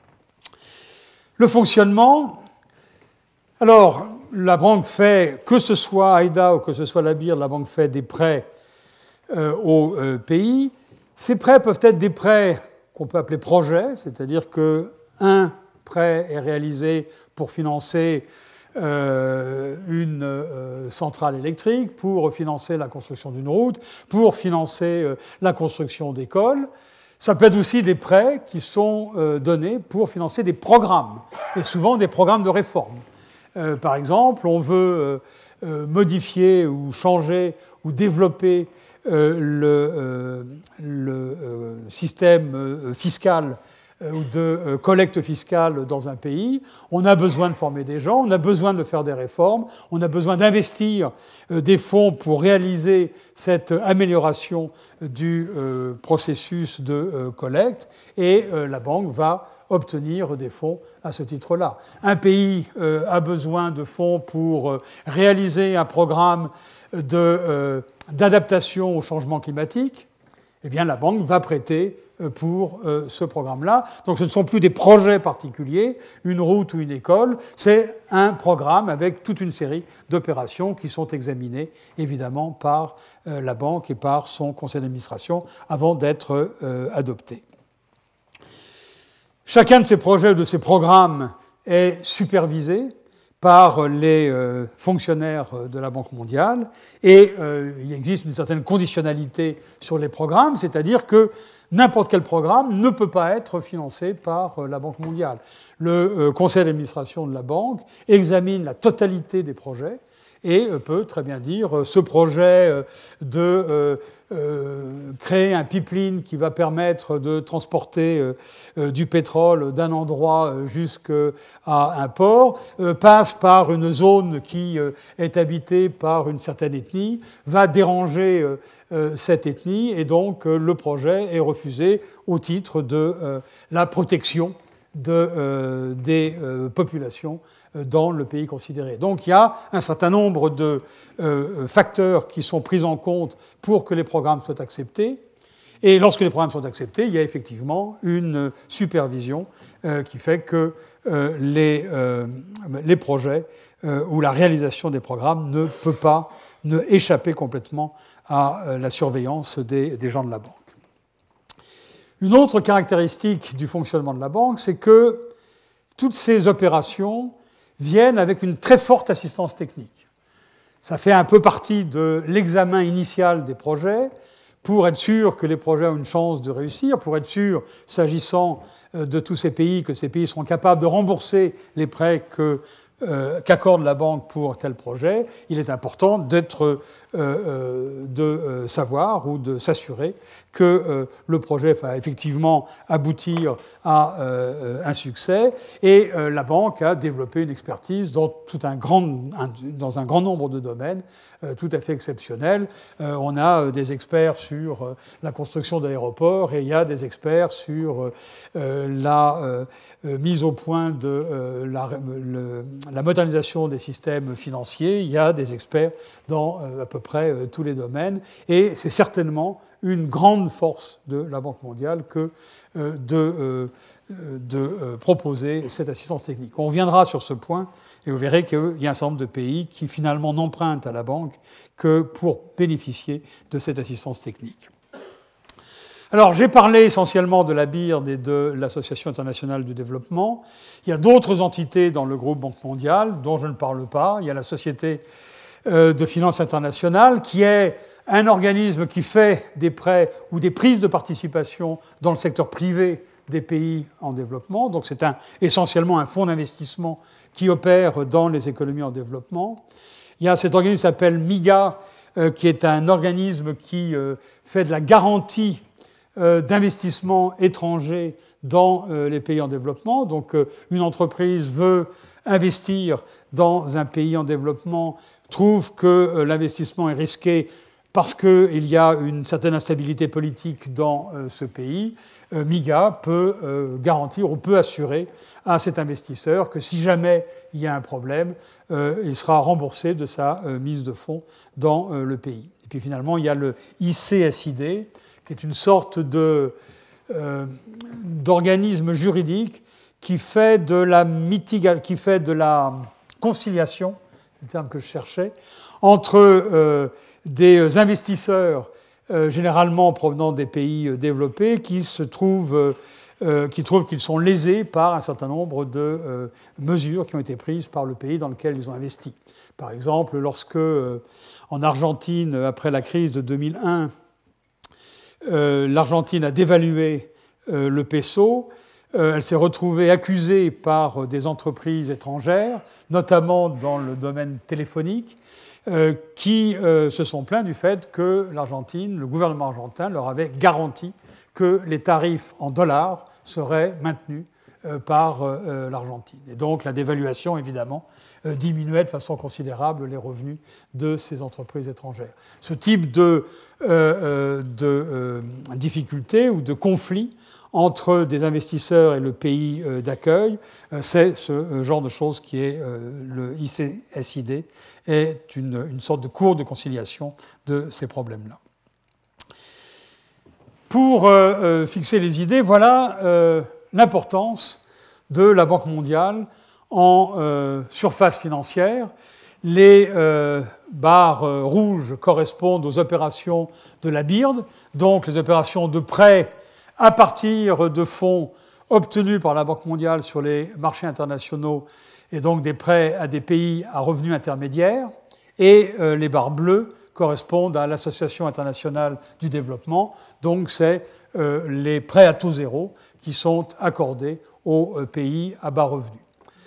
Le fonctionnement... Alors, la banque fait, que ce soit AIDA ou que ce soit la B I R D, la banque fait des prêts euh, aux euh, pays. Ces prêts peuvent être des prêts qu'on peut appeler projets, c'est-à-dire qu'un prêt est réalisé pour financer euh, une euh, centrale électrique, pour financer la construction d'une route, pour financer euh, la construction d'écoles. Ça peut être aussi des prêts qui sont euh, donnés pour financer des programmes, et souvent des programmes de réforme. Euh, par exemple, on veut euh, euh, modifier ou changer ou développer euh, le, euh, le euh, système euh, fiscal ou de collecte fiscale dans un pays, on a besoin de former des gens, on a besoin de faire des réformes, on a besoin d'investir des fonds pour réaliser cette amélioration du processus de collecte, et la banque va obtenir des fonds à ce titre-là. Un pays a besoin de fonds pour réaliser un programme de, d'adaptation au changement climatique. Eh bien, la banque va prêter pour euh, ce programme-là. Donc, ce ne sont plus des projets particuliers, une route ou une école, c'est un programme avec toute une série d'opérations qui sont examinées, évidemment, par euh, la banque et par son conseil d'administration avant d'être euh, adoptés. Chacun de ces projets ou de ces programmes est supervisé par les euh, fonctionnaires de la Banque mondiale, et euh, il existe une certaine conditionnalité sur les programmes, c'est-à-dire que n'importe quel programme ne peut pas être financé par euh, la Banque mondiale. Le euh, conseil d'administration de la banque examine la totalité des projets et euh, peut très bien dire euh, ce projet euh, de euh, euh, créer un pipeline qui va permettre de transporter euh, euh, du pétrole d'un endroit euh, jusqu'à un port, euh, passe par une zone qui euh, est habitée par une certaine ethnie, va déranger euh, euh, cette ethnie, et donc euh, le projet est refusé au titre de euh, la protection de, euh, des euh, populations dans le pays considéré. Donc il y a un certain nombre de euh, facteurs qui sont pris en compte pour que les programmes soient acceptés. Et lorsque les programmes sont acceptés, il y a effectivement une supervision euh, qui fait que euh, les, euh, les projets euh, ou la réalisation des programmes ne peut pas ne échapper complètement à euh, la surveillance des, des gens de la banque. Une autre caractéristique du fonctionnement de la banque, c'est que toutes ces opérations viennent avec une très forte assistance technique. Ça fait un peu partie de l'examen initial des projets pour être sûr que les projets ont une chance de réussir, pour être sûr, s'agissant de tous ces pays, que ces pays seront capables de rembourser les prêts que, euh, qu'accorde la banque pour tel projet. Il est important d'être, euh, euh, de euh, savoir ou de s'assurer que euh, le projet va effectivement aboutir à euh, un succès. Et euh, la banque a développé une expertise dans, tout un, grand, un, dans un grand nombre de domaines euh, tout à fait exceptionnels. Euh, on a euh, des experts sur euh, la construction d'aéroports, et il y a des experts sur euh, la euh, mise au point de euh, la, le, la modernisation des systèmes financiers. Il y a des experts dans euh, à peu près euh, tous les domaines. Et c'est certainement une grande force de la Banque mondiale que euh, de, euh, de euh, proposer cette assistance technique. On reviendra sur ce point et vous verrez qu'il y a un certain nombre de pays qui finalement n'empruntent à la banque que pour bénéficier de cette assistance technique. Alors, j'ai parlé essentiellement de la B I R D et de l'Association internationale du développement. Il y a d'autres entités dans le groupe Banque mondiale dont je ne parle pas. Il y a la Société de finance internationale qui est un organisme qui fait des prêts ou des prises de participation dans le secteur privé des pays en développement. Donc c'est un, essentiellement un fonds d'investissement qui opère dans les économies en développement. Il y a cet organisme qui s'appelle MIGA, euh, qui est un organisme qui euh, fait de la garantie euh, d'investissement étranger dans euh, les pays en développement. Donc euh, une entreprise veut investir dans un pays en développement, trouve que euh, l'investissement est risqué parce qu'il y a une certaine instabilité politique dans euh, ce pays, euh, MIGA peut euh, garantir ou peut assurer à cet investisseur que si jamais il y a un problème, euh, il sera remboursé de sa euh, mise de fonds dans euh, le pays. Et puis finalement, il y a le I C S I D, qui est une sorte de, euh, d'organisme juridique qui fait de la mitiga- qui fait de la conciliation, c'est le terme que je cherchais, entre euh, des investisseurs, euh, généralement provenant des pays euh, développés, qui se trouvent, euh, qui trouvent qu'ils sont lésés par un certain nombre de euh, mesures qui ont été prises par le pays dans lequel ils ont investi. Par exemple, lorsque, euh, en Argentine, après la crise de deux mille un, euh, l'Argentine a dévalué euh, le peso, euh, elle s'est retrouvée accusée par des entreprises étrangères, notamment dans le domaine téléphonique, Euh, qui euh, se sont plaints du fait que l'Argentine, le gouvernement argentin, leur avait garanti que les tarifs en dollars serait maintenu euh, par euh, l'Argentine. Et donc la dévaluation, évidemment, euh, diminuait de façon considérable les revenus de ces entreprises étrangères. Ce type de, euh, de euh, difficulté ou de conflit entre des investisseurs et le pays d'accueil, c'est ce genre de choses qui est le I C S I D, est une, une sorte de cours de conciliation de ces problèmes-là. Pour euh, fixer les idées, voilà euh, l'importance de la Banque mondiale en euh, surface financière. Les euh, barres euh, rouges correspondent aux opérations de la B I R D, donc les opérations de prêt à partir de fonds obtenus par la Banque mondiale sur les marchés internationaux et donc des prêts à des pays à revenus intermédiaires. Et euh, les barres bleues correspondent à l'Association internationale du développement, donc c'est euh, les prêts à taux zéro qui sont accordés aux euh, pays à bas revenus.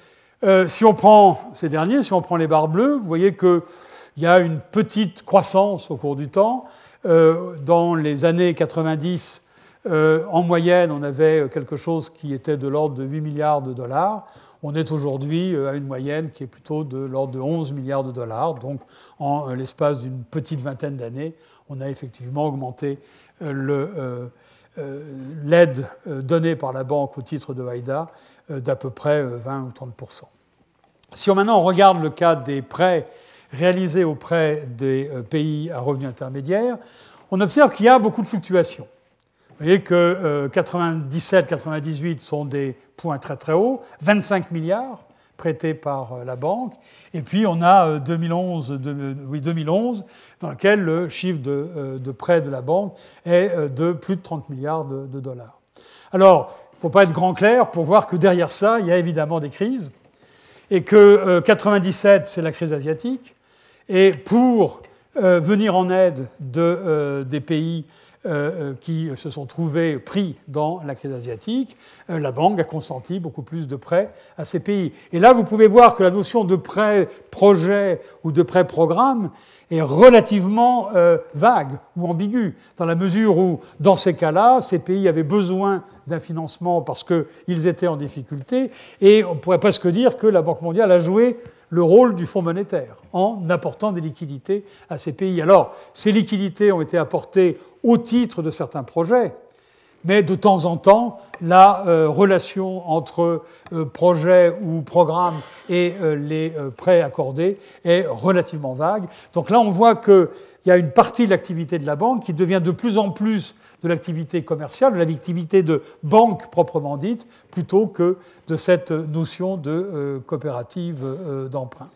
Euh, si on prend ces derniers, si on prend les barres bleues, vous voyez qu'il y a une petite croissance au cours du temps. Euh, dans les années quatre-vingt-dix, Euh, en moyenne, on avait quelque chose qui était de l'ordre de huit milliards de dollars. On est aujourd'hui à une moyenne qui est plutôt de l'ordre de onze milliards de dollars. Donc, en l'espace d'une petite vingtaine d'années, on a effectivement augmenté le, euh, euh, l'aide donnée par la banque au titre de A I D A d'à peu près vingt ou trente pour cent. Si on, maintenant on regarde le cas des prêts réalisés auprès des pays à revenus intermédiaires, on observe qu'il y a beaucoup de fluctuations. Vous voyez que euh, quatre-vingt-dix-sept quatre-vingt-dix-huit sont des points très très hauts, vingt-cinq milliards prêtés par euh, la banque, et puis on a euh, deux mille onze, de, oui, deux mille onze, dans lequel le chiffre de, euh, de prêt de la banque est euh, de plus de trente milliards de, de dollars. Alors, il ne faut pas être grand clair pour voir que derrière ça, il y a évidemment des crises, et que euh, quatre-vingt-dix-sept, c'est la crise asiatique, et pour euh, venir en aide de, euh, des pays Euh, qui se sont trouvés pris dans la crise asiatique, euh, la banque a consenti beaucoup plus de prêts à ces pays. Et là, vous pouvez voir que la notion de prêt projet ou de prêt programme est relativement euh, vague ou ambiguë, dans la mesure où, dans ces cas-là, ces pays avaient besoin d'un financement parce qu'ils étaient en difficulté, et on pourrait presque dire que la Banque mondiale a joué le rôle du Fonds monétaire en apportant des liquidités à ces pays. Alors, ces liquidités ont été apportées au titre de certains projets, mais de temps en temps, la euh, relation entre euh, projet ou programme et euh, les euh, prêts accordés est relativement vague. Donc là, on voit qu'il y a une partie de l'activité de la banque qui devient de plus en plus de l'activité commerciale, de l'activité de banque proprement dite, plutôt que de cette notion de euh, coopérative euh, d'emprunt.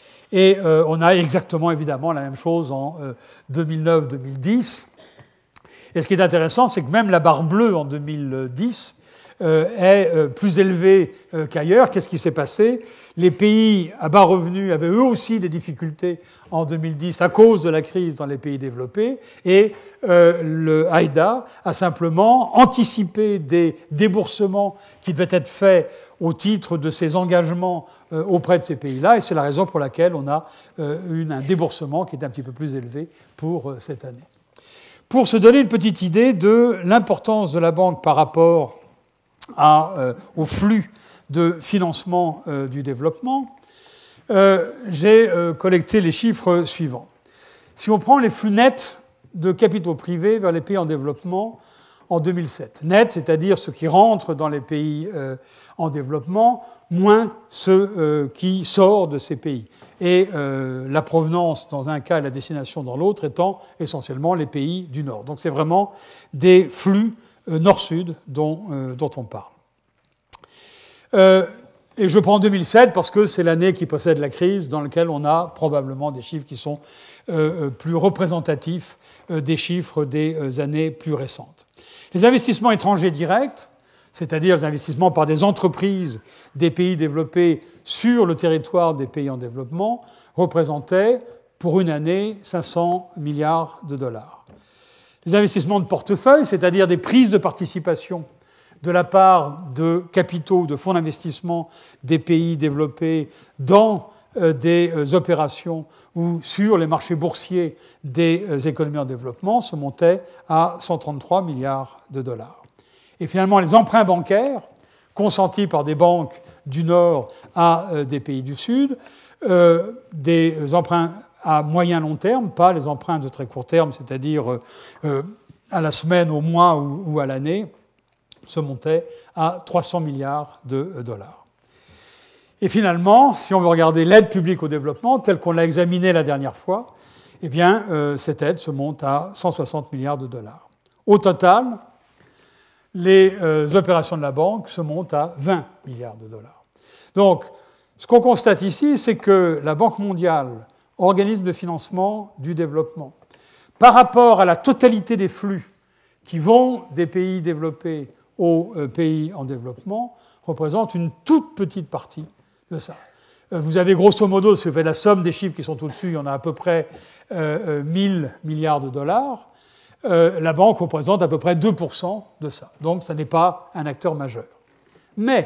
Et euh, on a exactement, évidemment, la même chose en euh, deux mille neuf deux mille dix. Et ce qui est intéressant, c'est que même la barre bleue en deux mille dix euh, est euh, plus élevée euh, qu'ailleurs. Qu'est-ce qui s'est passé? Les pays à bas revenus avaient eux aussi des difficultés en deux mille dix à cause de la crise dans les pays développés, et euh, le A I D A a simplement anticipé des déboursements qui devaient être faits au titre de ces engagements euh, auprès de ces pays-là, et c'est la raison pour laquelle on a euh, une, un déboursement qui est un petit peu plus élevé pour euh, cette année. Pour se donner une petite idée de l'importance de la banque par rapport à, euh, au flux de financement euh, du développement, euh, j'ai euh, collecté les chiffres suivants. Si on prend les flux nets de capitaux privés vers les pays en développement en deux mille sept, net, c'est-à-dire ce qui rentre dans les pays euh, en développement, moins ce euh, qui sort de ces pays. Et euh, la provenance dans un cas et la destination dans l'autre étant essentiellement les pays du Nord. Donc c'est vraiment des flux euh, nord-sud dont, euh, dont on parle. Euh, et je prends deux mille sept parce que c'est l'année qui précède la crise, dans laquelle on a probablement des chiffres qui sont euh, plus représentatifs euh, des chiffres des euh, années plus récentes. Les investissements étrangers directs, c'est-à-dire les investissements par des entreprises des pays développés sur le territoire des pays en développement, représentaient pour une année cinq cents milliards de dollars. Les investissements de portefeuille, c'est-à-dire des prises de participation de la part de capitaux, de fonds d'investissement des pays développés dans euh, des euh, opérations ou sur les marchés boursiers des euh, économies en développement, se montaient à cent trente-trois milliards de dollars. Et finalement, les emprunts bancaires consentis par des banques du Nord à euh, des pays du Sud, euh, des emprunts à moyen long terme, pas les emprunts de très court terme, c'est-à-dire euh, à la semaine, au mois ou, ou à l'année, se montaient à trois cents milliards de dollars. Et finalement, si on veut regarder l'aide publique au développement, telle qu'on l'a examinée la dernière fois, eh bien, euh, cette aide se monte à cent soixante milliards de dollars. Au total, les euh, opérations de la banque se montent à vingt milliards de dollars. Donc, ce qu'on constate ici, c'est que la Banque mondiale, organisme de financement du développement, par rapport à la totalité des flux qui vont des pays développés aux euh, pays en développement, représente une toute petite partie de ça. Euh, vous avez grosso modo, si vous faites la somme des chiffres qui sont au-dessus, il y en a à peu près euh, mille milliards de dollars. Euh, la banque représente à peu près deux pour cent de ça. Donc, ça n'est pas un acteur majeur. Mais,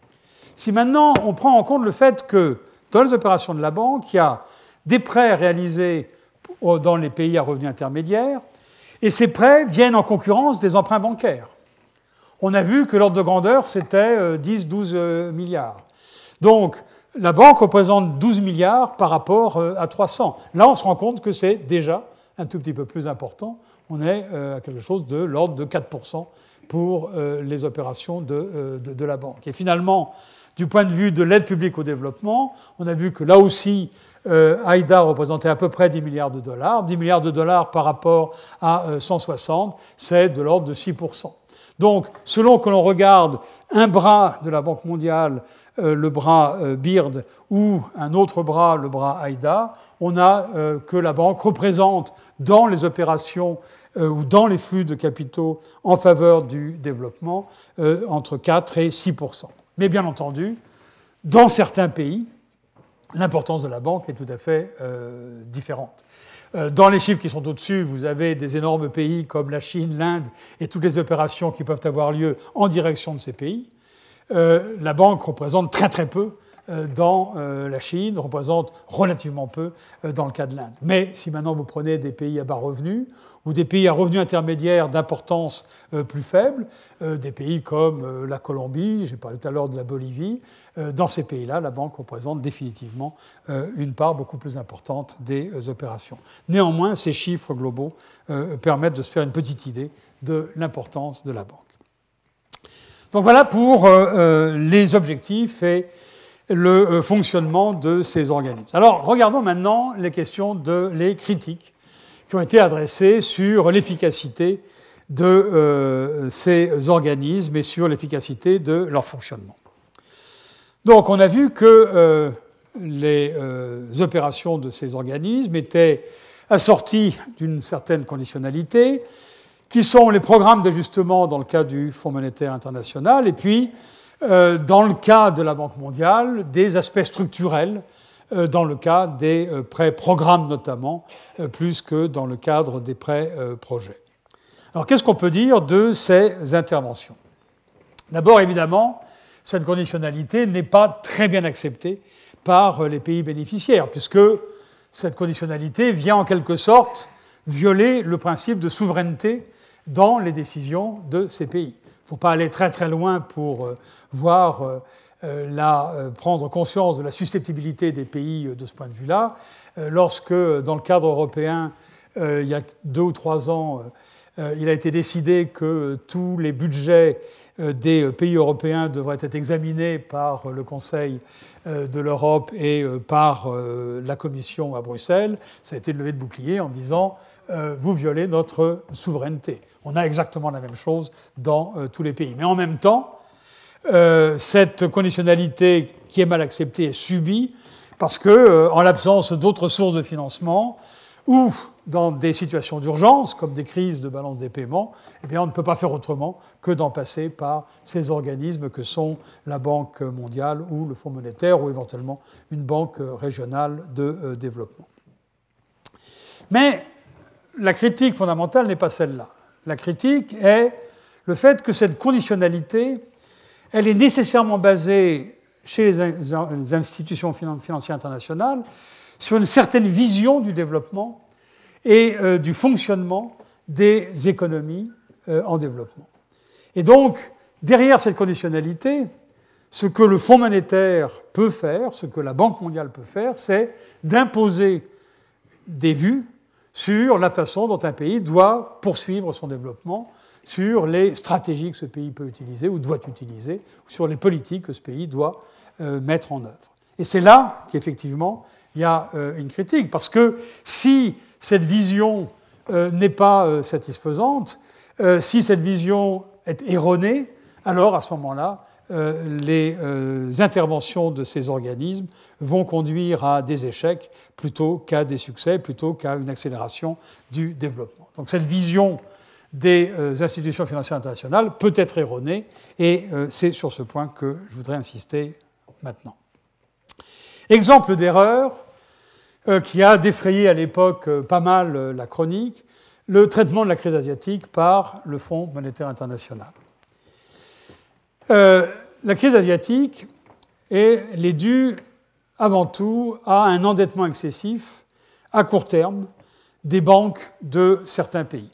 si maintenant on prend en compte le fait que dans les opérations de la banque, il y a des prêts réalisés dans les pays à revenus intermédiaires, et ces prêts viennent en concurrence des emprunts bancaires. On a vu que l'ordre de grandeur, c'était dix à douze milliards. Donc, la banque représente douze milliards par rapport à trois cents. Là, on se rend compte que c'est déjà un tout petit peu plus important. On est à quelque chose de l'ordre de quatre pour cent pour les opérations de, de, de la banque. Et finalement, du point de vue de l'aide publique au développement, on a vu que là aussi, euh, AIDA représentait à peu près dix milliards de dollars. dix milliards de dollars par rapport à euh, cent soixante, c'est de l'ordre de six pour cent. Donc, selon que l'on regarde un bras de la Banque mondiale, euh, le bras euh, B I R D, ou un autre bras, le bras AIDA, on a euh, que la banque représente dans les opérations euh, ou dans les flux de capitaux en faveur du développement euh, entre quatre et six pour cent. Mais bien entendu, dans certains pays, l'importance de la banque est tout à fait euh, différente. Euh, dans les chiffres qui sont au-dessus, vous avez des énormes pays comme la Chine, l'Inde et toutes les opérations qui peuvent avoir lieu en direction de ces pays. Euh, la banque représente très très peu euh, dans euh, la Chine, représente relativement peu euh, dans le cas de l'Inde. Mais si maintenant vous prenez des pays à bas revenus ou des pays à revenus intermédiaires d'importance euh, plus faible, euh, des pays comme euh, la Colombie, j'ai parlé tout à l'heure de la Bolivie, euh, dans ces pays-là, la banque représente définitivement euh, une part beaucoup plus importante des euh, opérations. Néanmoins, ces chiffres globaux euh, permettent de se faire une petite idée de l'importance de la banque. Donc voilà pour euh, les objectifs et le euh, fonctionnement de ces organismes. Alors regardons maintenant les questions de les critiques qui ont été adressées sur l'efficacité de euh, ces organismes et sur l'efficacité de leur fonctionnement. Donc on a vu que euh, les euh, opérations de ces organismes étaient assorties d'une certaine conditionnalité, qui sont les programmes d'ajustement dans le cas du Fonds monétaire international, et puis, euh, dans le cas de la Banque mondiale, des aspects structurels, euh, dans le cas des euh, prêts programmes notamment, euh, plus que dans le cadre des prêts euh, projets. Alors, qu'est-ce qu'on peut dire de ces interventions ? D'abord, évidemment, cette conditionnalité n'est pas très bien acceptée par les pays bénéficiaires, puisque cette conditionnalité vient en quelque sorte violer le principe de souveraineté dans les décisions de ces pays. Il ne faut pas aller très très loin pour euh, voir, euh, la, euh, prendre conscience de la susceptibilité des pays euh, de ce point de vue-là. Euh, lorsque, dans le cadre européen, euh, il y a deux ou trois ans, euh, il a été décidé que tous les budgets euh, des pays européens devraient être examinés par le Conseil euh, de l'Europe et euh, par euh, la Commission à Bruxelles, ça a été une levée de bouclier en disant euh, « vous violez notre souveraineté ». On a exactement la même chose dans euh, tous les pays. Mais en même temps, euh, cette conditionnalité qui est mal acceptée est subie parce que, euh, en l'absence d'autres sources de financement ou dans des situations d'urgence, comme des crises de balance des paiements, eh bien, on ne peut pas faire autrement que d'en passer par ces organismes que sont la Banque mondiale ou le Fonds monétaire ou éventuellement une banque régionale de euh, développement. Mais la critique fondamentale n'est pas celle-là. La critique est le fait que cette conditionnalité, elle est nécessairement basée chez les institutions financières internationales sur une certaine vision du développement et euh, du fonctionnement des économies euh, en développement. Et donc, derrière cette conditionnalité, ce que le Fonds monétaire peut faire, ce que la Banque mondiale peut faire, c'est d'imposer des vues sur la façon dont un pays doit poursuivre son développement, sur les stratégies que ce pays peut utiliser ou doit utiliser, sur les politiques que ce pays doit euh, mettre en œuvre. Et c'est là qu'effectivement, il y a euh, une critique, parce que si cette vision euh, n'est pas euh, satisfaisante, euh, si cette vision est erronée, alors à ce moment-là, euh, les euh, interventions de ces organismes vont conduire à des échecs plutôt qu'à des succès, plutôt qu'à une accélération du développement. Donc cette vision des euh, institutions financières internationales peut être erronée, et euh, c'est sur ce point que je voudrais insister maintenant. Exemple d'erreur euh, qui a défrayé à l'époque euh, pas mal euh, la chronique, le traitement de la crise asiatique par le Fonds monétaire international. Euh, la crise asiatique, elle est due avant tout à un endettement excessif à court terme des banques de certains pays,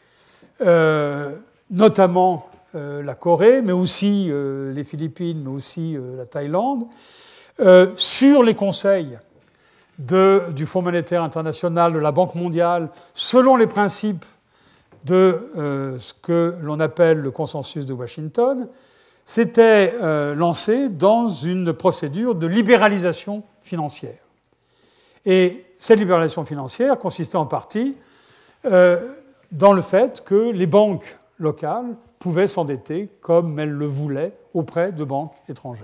euh, notamment euh, la Corée, mais aussi euh, les Philippines, mais aussi euh, la Thaïlande, euh, sur les conseils de, du Fonds monétaire international, de la Banque mondiale, selon les principes de euh, ce que l'on appelle le consensus de Washington, s'était euh, lancé dans une procédure de libéralisation financière. Et cette libéralisation financière consistait en partie euh, dans le fait que les banques locales pouvaient s'endetter comme elles le voulaient auprès de banques étrangères.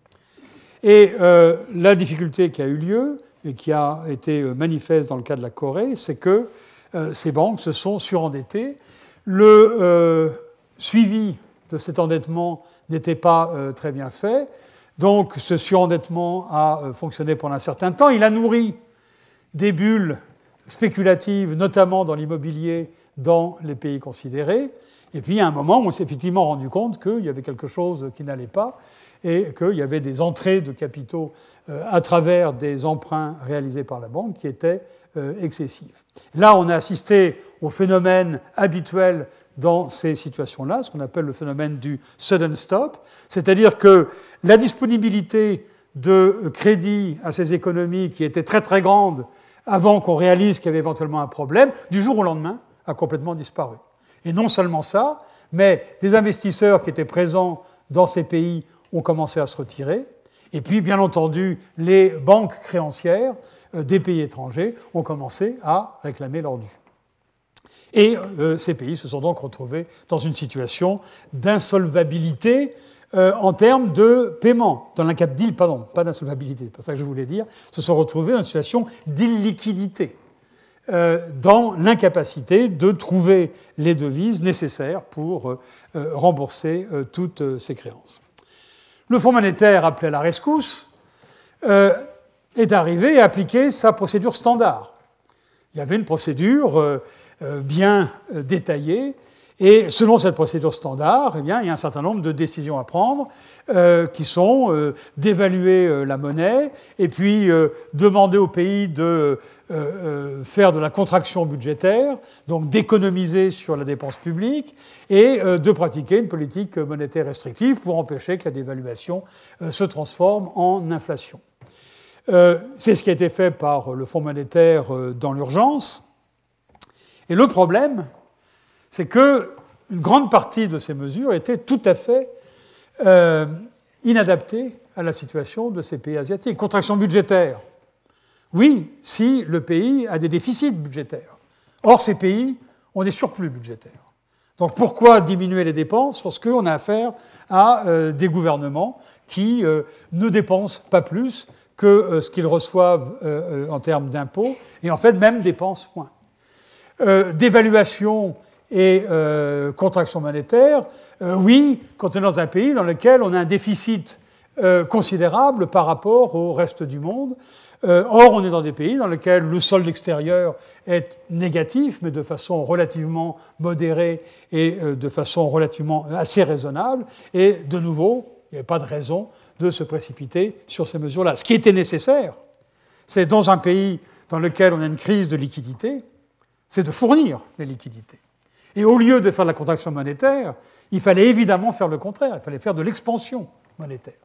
Et euh, la difficulté qui a eu lieu et qui a été manifeste dans le cas de la Corée, c'est que euh, ces banques se sont surendettées. Le euh, suivi de cet endettement n'était pas euh, très bien fait. Donc ce surendettement a euh, fonctionné pendant un certain temps. Il a nourri des bulles spéculatives, notamment dans l'immobilier, dans les pays considérés. Et puis, à un moment, on s'est effectivement rendu compte qu'il y avait quelque chose qui n'allait pas et qu'il y avait des entrées de capitaux euh, à travers des emprunts réalisés par la banque qui étaient euh, excessifs. Là, on a assisté au phénomène habituel dans ces situations-là, ce qu'on appelle le phénomène du sudden stop, c'est-à-dire que la disponibilité de crédit à ces économies qui était très très grande avant qu'on réalise qu'il y avait éventuellement un problème, du jour au lendemain, a complètement disparu. Et non seulement ça, mais des investisseurs qui étaient présents dans ces pays ont commencé à se retirer. Et puis, bien entendu, les banques créancières des pays étrangers ont commencé à réclamer leur dû. Et euh, ces pays se sont donc retrouvés dans une situation d'insolvabilité euh, en termes de paiement. Dans l'incapacité, pardon, pas d'insolvabilité, c'est pas ça que je voulais dire, se sont retrouvés dans une situation d'illiquidité, euh, dans l'incapacité de trouver les devises nécessaires pour euh, rembourser euh, toutes euh, ces créances. Le Fonds monétaire, appelé à la rescousse, euh, est arrivé et a appliqué sa procédure standard. Il y avait une procédure euh, euh, bien euh, détaillée, et selon cette procédure standard, eh bien, il y a un certain nombre de décisions à prendre, euh, qui sont euh, d'évaluer euh, la monnaie, et puis euh, demander au pays de euh, euh, faire de la contraction budgétaire, donc d'économiser sur la dépense publique, et euh, de pratiquer une politique monétaire restrictive pour empêcher que la dévaluation euh, se transforme en inflation. Euh, c'est ce qui a été fait par le Fonds monétaire euh, dans l'urgence. Et le problème, c'est qu'une grande partie de ces mesures étaient tout à fait euh, inadaptées à la situation de ces pays asiatiques. Contraction budgétaire. Oui, si le pays a des déficits budgétaires. Or, ces pays ont des surplus budgétaires. Donc pourquoi diminuer les dépenses lorsqu'on a affaire à euh, des gouvernements qui euh, ne dépensent pas plus que euh, ce qu'ils reçoivent euh, en termes d'impôts, et en fait même dépensent moins. Euh, dévaluation et euh, contraction monétaire, euh, oui, quand on est dans un pays dans lequel on a un déficit euh, considérable par rapport au reste du monde. Euh, or, on est dans des pays dans lesquels le solde extérieur est négatif, mais de façon relativement modérée et euh, de façon relativement assez raisonnable. Et de nouveau, il n'y avait pas de raison de se précipiter sur ces mesures-là. Ce qui était nécessaire, c'est dans un pays dans lequel on a une crise de liquidité, c'est de fournir les liquidités. Et au lieu de faire de la contraction monétaire, il fallait évidemment faire le contraire, il fallait faire de l'expansion monétaire.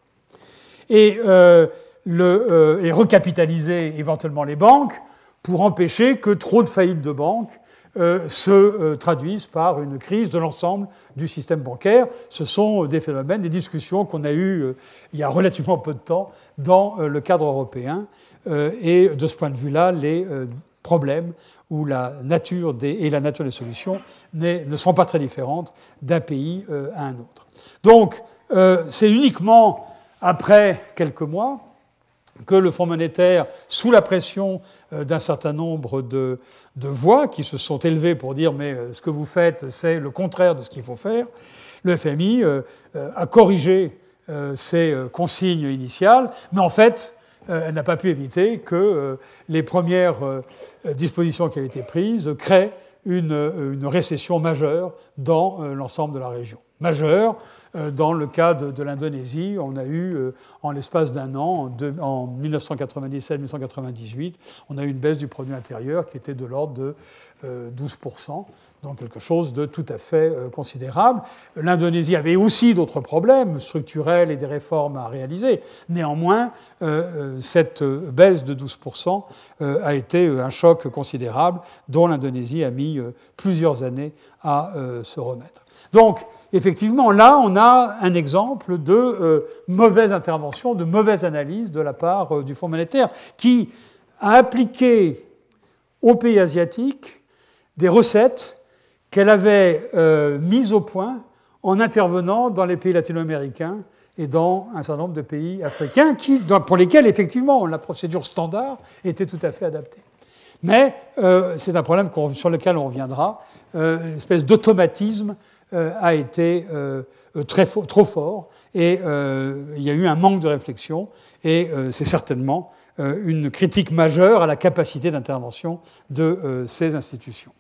Et, euh, le, euh, et recapitaliser éventuellement les banques pour empêcher que trop de faillites de banques euh, se euh, traduisent par une crise de l'ensemble du système bancaire. Ce sont des phénomènes, des discussions qu'on a eues euh, il y a relativement peu de temps dans euh, le cadre européen. Euh, et de ce point de vue-là, les euh, problèmes où la nature des, et la nature des solutions ne sont pas très différentes d'un pays euh, à un autre. Donc, euh, c'est uniquement après quelques mois que le Fonds monétaire, sous la pression euh, d'un certain nombre de, de voix qui se sont élevées pour dire « mais euh, ce que vous faites, c'est le contraire de ce qu'il faut faire », le F M I euh, euh, a corrigé euh, ses euh, consignes initiales, mais en fait, euh, elle n'a pas pu éviter que euh, les premières euh, dispositions qui avaient été prises créent une, une récession majeure dans euh, l'ensemble de la région. Majeure, euh, dans le cas de, de l'Indonésie, on a eu, euh, en l'espace d'un an, de, en mille neuf cent quatre-vingt-dix-sept mille neuf cent quatre-vingt-dix-huit, on a eu une baisse du produit intérieur qui était de l'ordre de euh, douze pour cent, donc quelque chose de tout à fait euh, considérable. L'Indonésie avait aussi d'autres problèmes structurels et des réformes à réaliser. Néanmoins, euh, cette baisse de douze pour cent euh, a été un choc considérable dont l'Indonésie a mis euh, plusieurs années à euh, se remettre. Donc, effectivement, là, on a un exemple de euh, mauvaise intervention, de mauvaise analyse de la part euh, du Fonds monétaire, qui a appliqué aux pays asiatiques des recettes qu'elle avait euh, mises au point en intervenant dans les pays latino-américains et dans un certain nombre de pays africains, qui, pour lesquels, effectivement, la procédure standard était tout à fait adaptée. Mais euh, c'est un problème sur lequel on reviendra, euh, une espèce d'automatisme Euh, a été euh, très fo- trop fort et euh, il y a eu un manque de réflexion et euh, c'est certainement euh, une critique majeure à la capacité d'intervention de euh, ces institutions.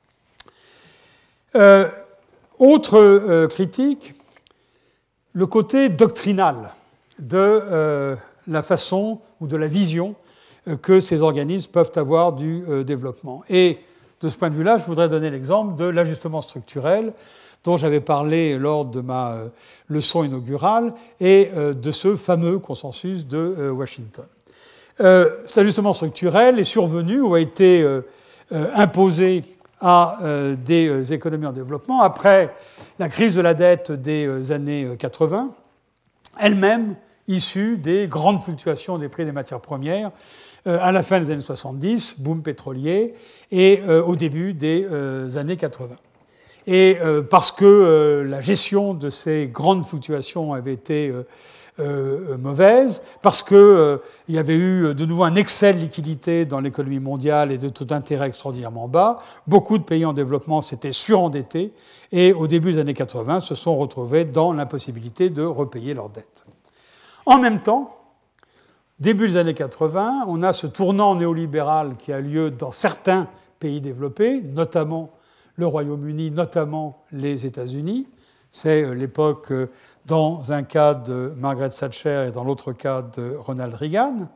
Euh, autre euh, critique, le côté doctrinal de euh, la façon ou de la vision euh, que ces organismes peuvent avoir du euh, développement. Et de ce point de vue-là, je voudrais donner l'exemple de l'ajustement structurel dont j'avais parlé lors de ma euh, leçon inaugurale, et euh, de ce fameux consensus de euh, Washington. Euh, cet ajustement structurel est survenu ou a été euh, euh, imposé à euh, des euh, économies en développement après la crise de la dette des euh, années quatre-vingts, elle-même issue des grandes fluctuations des prix des matières premières euh, à la fin des années soixante-dix, boom pétrolier, et euh, au début des euh, années quatre-vingts. Et euh, parce que euh, la gestion de ces grandes fluctuations avait été euh, euh, mauvaise, parce qu'il euh, y avait eu de nouveau un excès de liquidité dans l'économie mondiale et de taux d'intérêt extraordinairement bas, beaucoup de pays en développement s'étaient surendettés et au début des années quatre-vingts se sont retrouvés dans l'impossibilité de repayer leurs dettes. En même temps, début des années quatre-vingts, on a ce tournant néolibéral qui a lieu dans certains pays développés, notamment le Royaume-Uni, notamment les États-Unis. C'est l'époque, dans un cas de Margaret Thatcher et dans l'autre cas de Ronald Reagan.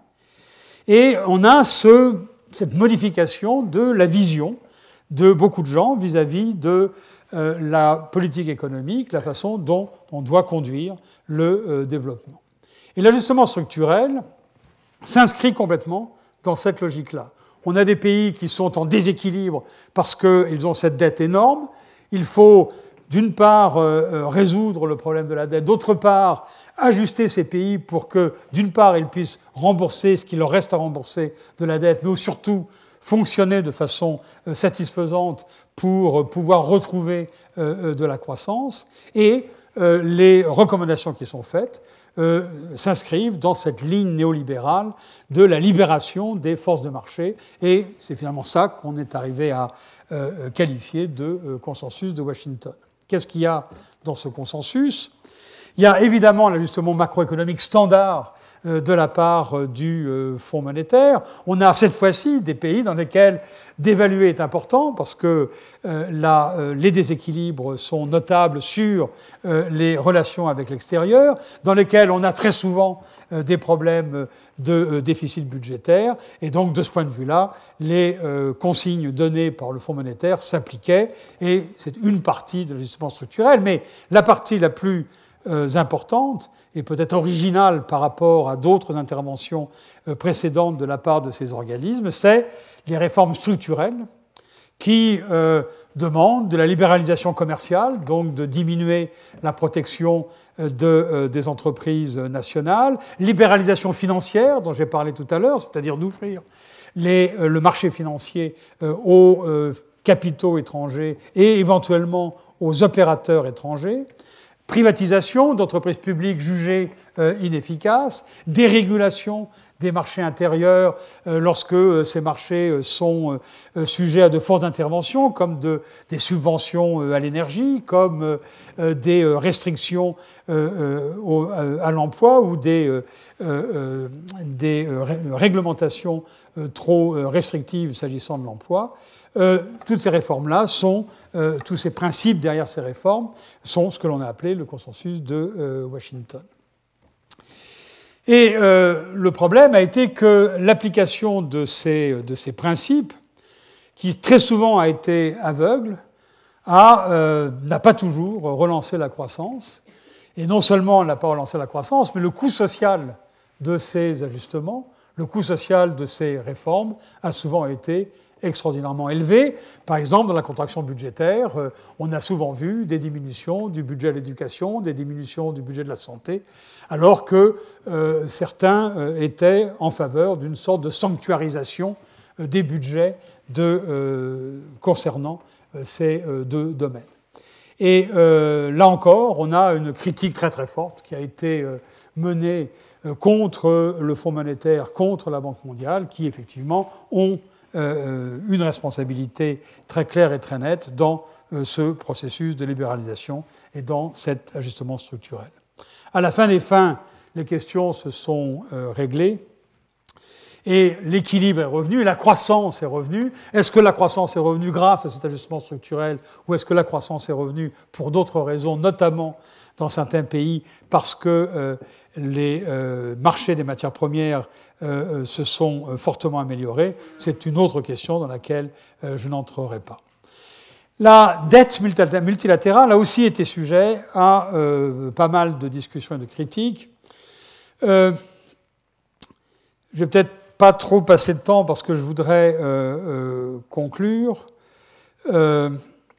Et on a ce, cette modification de la vision de beaucoup de gens vis-à-vis de euh, la politique économique, la façon dont on doit conduire le euh, développement. Et l'ajustement structurel s'inscrit complètement dans cette logique-là. On a des pays qui sont en déséquilibre parce qu'ils ont cette dette énorme. Il faut, d'une part, euh, résoudre le problème de la dette, d'autre part, ajuster ces pays pour que, d'une part, ils puissent rembourser ce qu'il leur reste à rembourser de la dette, mais surtout fonctionner de façon euh, satisfaisante pour pouvoir retrouver euh, de la croissance. Et euh, les recommandations qui sont faites Euh, s'inscrivent dans cette ligne néolibérale de la libération des forces de marché. Et c'est finalement ça qu'on est arrivé à euh, qualifier de euh, consensus de Washington. Qu'est-ce qu'il y a dans ce consensus ? Il y a évidemment l'ajustement macroéconomique standard de la part du Fonds monétaire. On a cette fois-ci des pays dans lesquels dévaluer est important parce que là, les déséquilibres sont notables sur les relations avec l'extérieur, dans lesquels on a très souvent des problèmes de déficit budgétaire. Et donc, de ce point de vue-là, les consignes données par le Fonds monétaire s'appliquaient, et c'est une partie de l'ajustement structurel. Mais la partie la plus euh, importante et peut-être originale par rapport à d'autres interventions euh, précédentes de la part de ces organismes, c'est les réformes structurelles qui euh, demandent de la libéralisation commerciale, donc de diminuer la protection de, euh, des entreprises nationales, libéralisation financière, dont j'ai parlé tout à l'heure, c'est-à-dire d'ouvrir les, euh, le marché financier euh, aux euh, capitaux étrangers et éventuellement aux opérateurs étrangers, privatisation d'entreprises publiques jugées euh, inefficaces, dérégulation des marchés intérieurs euh, lorsque euh, ces marchés euh, sont euh, sujets à de fortes interventions, comme de, des subventions euh, à l'énergie, comme euh, euh, des euh, restrictions euh, euh, au, à l'emploi ou des, euh, euh, des euh, réglementations euh, trop euh, restrictives s'agissant de l'emploi. Euh, toutes ces réformes-là sont, euh, tous ces principes derrière ces réformes sont ce que l'on a appelé le consensus de euh, Washington. Et euh, le problème a été que l'application de ces, de ces principes, qui très souvent a été aveugle, a, euh, n'a pas toujours relancé la croissance. Et non seulement elle n'a pas relancé la croissance, mais le coût social de ces ajustements, le coût social de ces réformes a souvent été extraordinairement élevé. Par exemple, dans la contraction budgétaire, on a souvent vu des diminutions du budget à l'éducation, des diminutions du budget de la santé, alors que euh, certains euh, étaient en faveur d'une sorte de sanctuarisation euh, des budgets de, euh, concernant euh, ces euh, deux domaines. Et euh, là encore, on a une critique très très forte qui a été euh, menée euh, contre le Fonds monétaire, contre la Banque mondiale, qui effectivement ont Euh, une responsabilité très claire et très nette dans euh, ce processus de libéralisation et dans cet ajustement structurel. À la fin des fins, les questions se sont euh, réglées et l'équilibre est revenu et la croissance est revenue. Est-ce que la croissance est revenue grâce à cet ajustement structurel ou est-ce que la croissance est revenue pour d'autres raisons, notamment dans certains pays parce que euh, les euh, marchés des matières premières euh, se sont euh, fortement améliorés? C'est une autre question dans laquelle euh, je n'entrerai pas. La dette multilatérale a aussi été sujet à euh, pas mal de discussions et de critiques. Euh, je vais peut-être pas trop passer de temps parce que je voudrais euh, euh, conclure. Euh,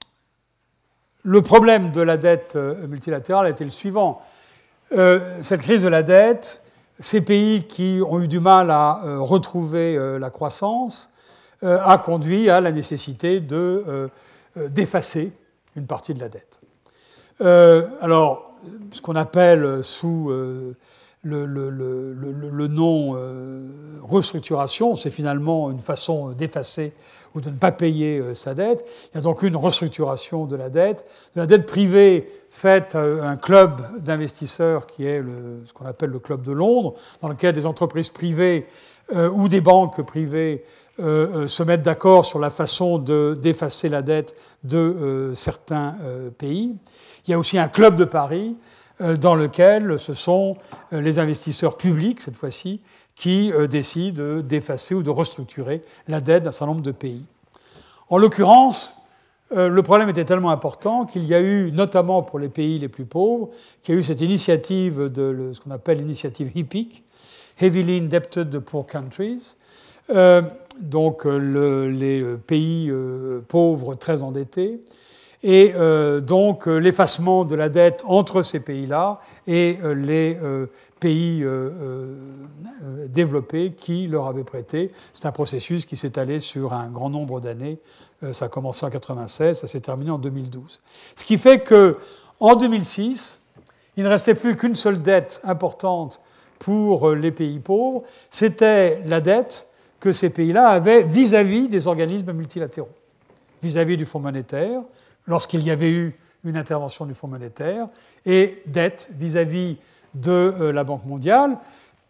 le problème de la dette multilatérale a été le suivant. Euh, cette crise de la dette, ces pays qui ont eu du mal à euh, retrouver euh, la croissance, euh, a conduit à la nécessité de, euh, d'effacer une partie de la dette. Euh, alors, ce qu'on appelle sous euh, le, le, le, le, le nom euh, restructuration, c'est finalement une façon d'effacer ou de ne pas payer euh, sa dette. Il y a donc une restructuration de la dette, de la dette privée faite à un club d'investisseurs qui est le, ce qu'on appelle le Club de Londres, dans lequel des entreprises privées euh, ou des banques privées euh, euh, se mettent d'accord sur la façon de, d'effacer la dette de euh, certains euh, pays. Il y a aussi un Club de Paris euh, dans lequel ce sont euh, les investisseurs publics, cette fois-ci, qui euh, décident d'effacer ou de restructurer la dette d'un certain nombre de pays. En l'occurrence, Euh, le problème était tellement important qu'il y a eu, notamment pour les pays les plus pauvres, qu'il y a eu cette initiative de le, ce qu'on appelle l'initiative HIPC, Heavily Indebted Poor Countries, euh, donc le, les pays euh, pauvres très endettés, et euh, donc l'effacement de la dette entre ces pays-là et euh, les euh, pays euh, euh, développés qui leur avaient prêté. C'est un processus qui s'est allé sur un grand nombre d'années. Ça a commencé en mille neuf cent quatre-vingt-seize, ça s'est terminé en deux mille douze. Ce qui fait qu'en deux mille six, il ne restait plus qu'une seule dette importante pour les pays pauvres, c'était la dette que ces pays-là avaient vis-à-vis des organismes multilatéraux, vis-à-vis du Fonds monétaire, lorsqu'il y avait eu une intervention du Fonds monétaire, et dette vis-à-vis de la Banque mondiale.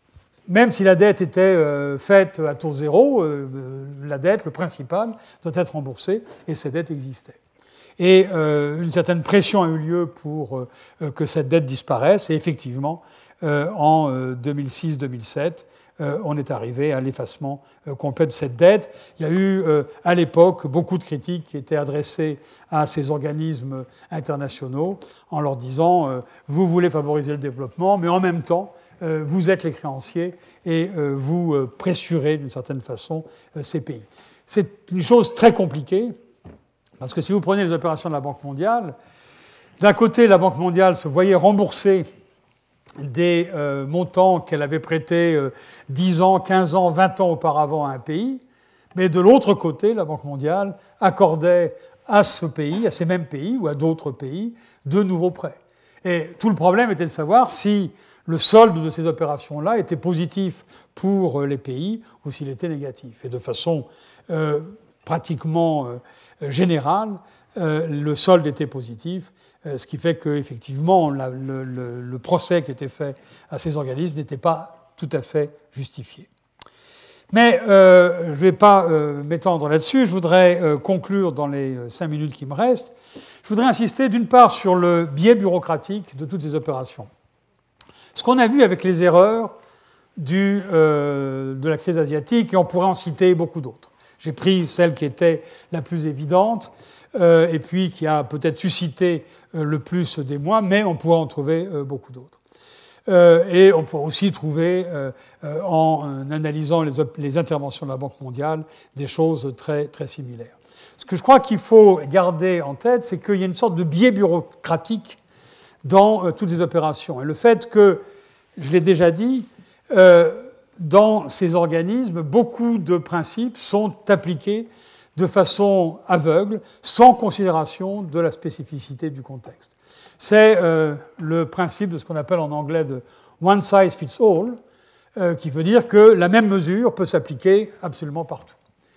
même si la dette était euh, faite à taux zéro, euh, la dette, le principal, doit être remboursé, et cette dette existait. Et euh, une certaine pression a eu lieu pour euh, que cette dette disparaisse, et effectivement, euh, en euh, deux mille six deux mille sept, euh, on est arrivé à l'effacement euh, complet de cette dette. Il y a eu, euh, à l'époque, beaucoup de critiques qui étaient adressées à ces organismes internationaux, en leur disant euh, « vous voulez favoriser le développement, mais en même temps, euh, vous êtes les créanciers et euh, vous euh, pressurez d'une certaine façon euh, ces pays ». C'est une chose très compliquée, parce que si vous prenez les opérations de la Banque mondiale, d'un côté, la Banque mondiale se voyait rembourser des euh, montants qu'elle avait prêtés euh, dix ans, quinze ans, vingt ans auparavant à un pays, mais de l'autre côté, la Banque mondiale accordait à ce pays, à ces mêmes pays ou à d'autres pays, de nouveaux prêts. Et tout le problème était de savoir si le solde de ces opérations-là était positif pour les pays ou s'il était négatif. Et de façon euh, pratiquement euh, général, euh, le solde était positif, euh, ce qui fait qu'effectivement, le, le, le procès qui était fait à ces organismes n'était pas tout à fait justifié. Mais euh, je ne vais pas euh, m'étendre là-dessus, je voudrais euh, conclure dans les cinq minutes qui me restent. Je voudrais insister d'une part sur le biais bureaucratique de toutes ces opérations. Ce qu'on a vu avec les erreurs du, euh, de la crise asiatique, et on pourrait en citer beaucoup d'autres. J'ai pris celle qui était la plus évidente, euh, et puis qui a peut-être suscité euh, le plus d'émoi, mais on pourrait en trouver euh, beaucoup d'autres. Euh, et on pourrait aussi trouver, euh, euh, en analysant les, les interventions de la Banque mondiale, des choses très, très similaires. Ce que je crois qu'il faut garder en tête, c'est qu'il y a une sorte de biais bureaucratique dans euh, toutes les opérations. Et le fait que, je l'ai déjà dit, euh, dans ces organismes, beaucoup de principes sont appliqués de façon aveugle, sans considération de la spécificité du contexte. C'est euh, le principe de ce qu'on appelle en anglais de one size fits all, euh, qui veut dire que la même mesure peut s'appliquer absolument partout.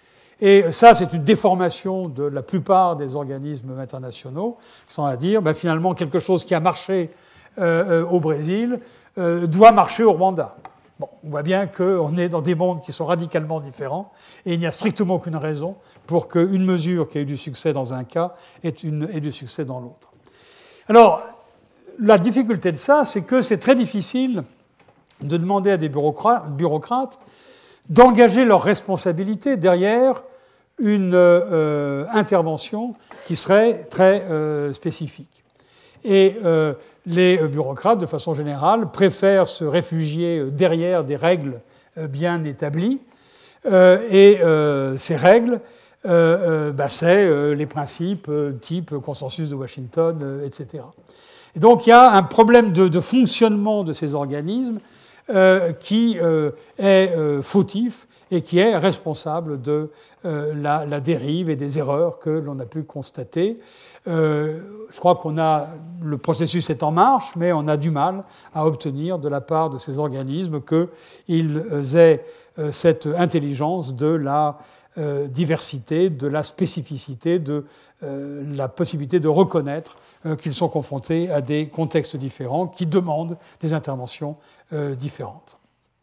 Et ça, c'est une déformation de la plupart des organismes internationaux, sans à dire, ben, finalement, quelque chose qui a marché euh, au Brésil euh, doit marcher au Rwanda. Bon, on voit bien qu'on est dans des mondes qui sont radicalement différents, et il n'y a strictement aucune raison pour qu'une mesure qui a eu du succès dans un cas ait, une, ait du succès dans l'autre. Alors, la difficulté de ça, c'est que c'est très difficile de demander à des bureaucrates, bureaucrates d'engager leur responsabilité derrière une euh, intervention qui serait très euh, spécifique. Et euh, les bureaucrates, de façon générale, préfèrent se réfugier derrière des règles bien établies. Euh, et euh, ces règles, euh, euh, bah, c'est euh, les principes euh, type consensus de Washington, euh, et cetera. Et donc il y a un problème de, de fonctionnement de ces organismes euh, qui euh, est euh, fautif et qui est responsable de euh, la, la dérive et des erreurs que l'on a pu constater. Euh, je crois qu'on a, le processus est en marche, mais on a du mal à obtenir de la part de ces organismes qu'ils aient euh, cette intelligence de la euh, diversité, de la spécificité, de euh, la possibilité de reconnaître euh, qu'ils sont confrontés à des contextes différents qui demandent des interventions euh, différentes.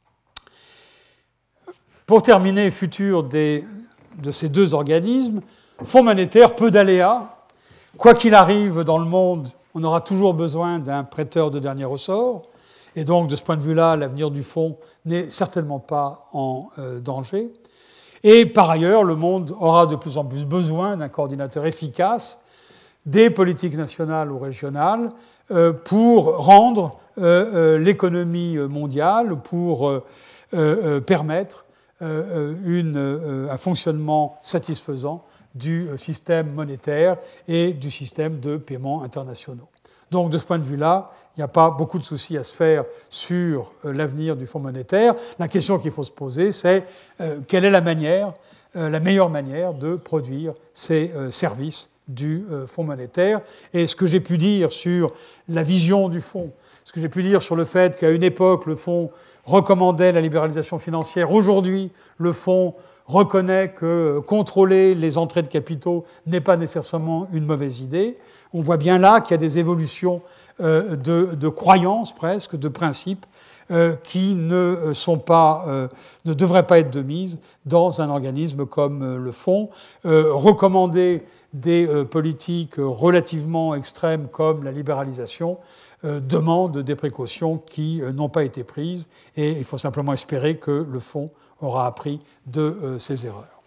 Pour terminer, futur des, de ces deux organismes, Fonds monétaire, peu d'aléas. Quoi qu'il arrive dans le monde, on aura toujours besoin d'un prêteur de dernier ressort. Et donc, de ce point de vue-là, l'avenir du fonds n'est certainement pas en euh, danger. Et par ailleurs, le monde aura de plus en plus besoin d'un coordinateur efficace des politiques nationales ou régionales euh, pour rendre euh, euh, l'économie mondiale, pour euh, euh, permettre euh, une, euh, un fonctionnement satisfaisant du système monétaire et du système de paiement internationaux. Donc, de ce point de vue-là, il n'y a pas beaucoup de soucis à se faire sur euh, l'avenir du Fonds monétaire. La question qu'il faut se poser, c'est euh, quelle est la manière, euh, la meilleure manière de produire ces euh, services du euh, Fonds monétaire. Et ce que j'ai pu dire sur la vision du Fonds, ce que j'ai pu dire sur le fait qu'à une époque, le Fonds recommandait la libéralisation financière, aujourd'hui, le Fonds reconnaît que contrôler les entrées de capitaux n'est pas nécessairement une mauvaise idée. On voit bien là qu'il y a des évolutions euh, de, de croyances presque, de principes, euh, qui ne, sont pas, euh, ne devraient pas être de mise dans un organisme comme euh, le Fonds. Euh, recommander des euh, politiques relativement extrêmes comme la libéralisation euh, demande des précautions qui euh, n'ont pas été prises, et il faut simplement espérer que le Fonds aura appris de euh, ses erreurs.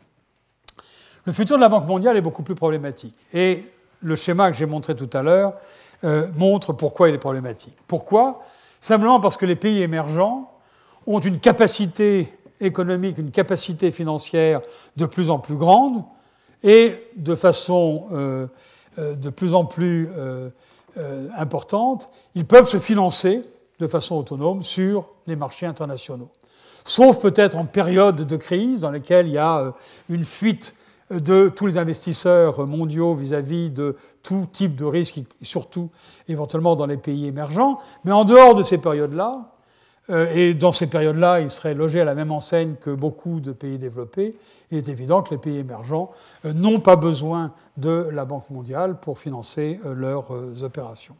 Le futur de la Banque mondiale est beaucoup plus problématique, et le schéma que j'ai montré tout à l'heure euh, montre pourquoi il est problématique. Pourquoi ? Simplement parce que les pays émergents ont une capacité économique, une capacité financière de plus en plus grande, et de façon euh, euh, de plus en plus euh, euh, importante, ils peuvent se financer de façon autonome sur les marchés internationaux. Sauf peut-être en période de crise dans lesquelles il y a euh, une fuite de tous les investisseurs mondiaux vis-à-vis de tout type de risque, surtout éventuellement dans les pays émergents. Mais en dehors de ces périodes-là, euh, et dans ces périodes-là, ils seraient logés à la même enseigne que beaucoup de pays développés, il est évident que les pays émergents euh, n'ont pas besoin de la Banque mondiale pour financer euh, leurs euh, opérations.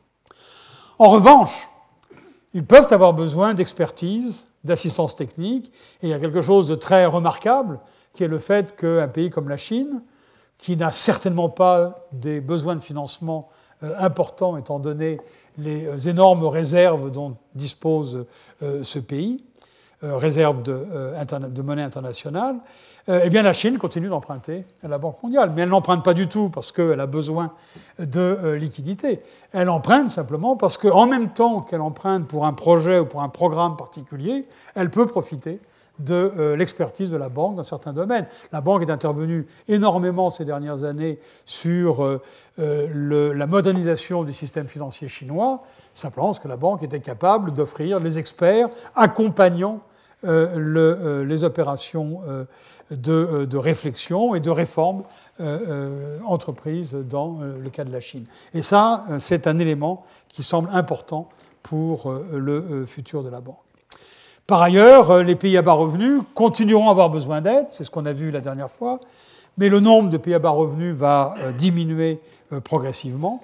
En revanche, ils peuvent avoir besoin d'expertise, d'assistance technique, et il y a quelque chose de très remarquable, qui est le fait qu'un pays comme la Chine, qui n'a certainement pas des besoins de financement euh, importants étant donné les euh, énormes réserves dont dispose euh, ce pays, euh, réserves de, euh, interna- de monnaie internationale, euh, eh bien la Chine continue d'emprunter à la Banque mondiale. Mais elle n'emprunte pas du tout parce qu'elle a besoin de euh, liquidités. Elle emprunte simplement parce qu'en même temps qu'elle emprunte pour un projet ou pour un programme particulier, elle peut profiter de euh, l'expertise de la banque dans certains domaines. La banque est intervenue énormément ces dernières années sur euh, euh, le, la modernisation du système financier chinois, simplement parce que la banque était capable d'offrir les experts accompagnant euh, le, euh, les opérations euh, de, de réflexion et de réforme euh, euh, entreprises dans euh, le cas de la Chine. Et ça, c'est un élément qui semble important pour euh, le euh, futur de la banque. Par ailleurs, les pays à bas revenus continueront à avoir besoin d'aide, c'est ce qu'on a vu la dernière fois, mais le nombre de pays à bas revenus va diminuer progressivement.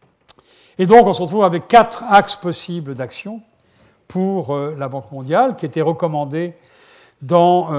Et donc, on se retrouve avec quatre axes possibles d'action pour la Banque mondiale, qui étaient recommandés dans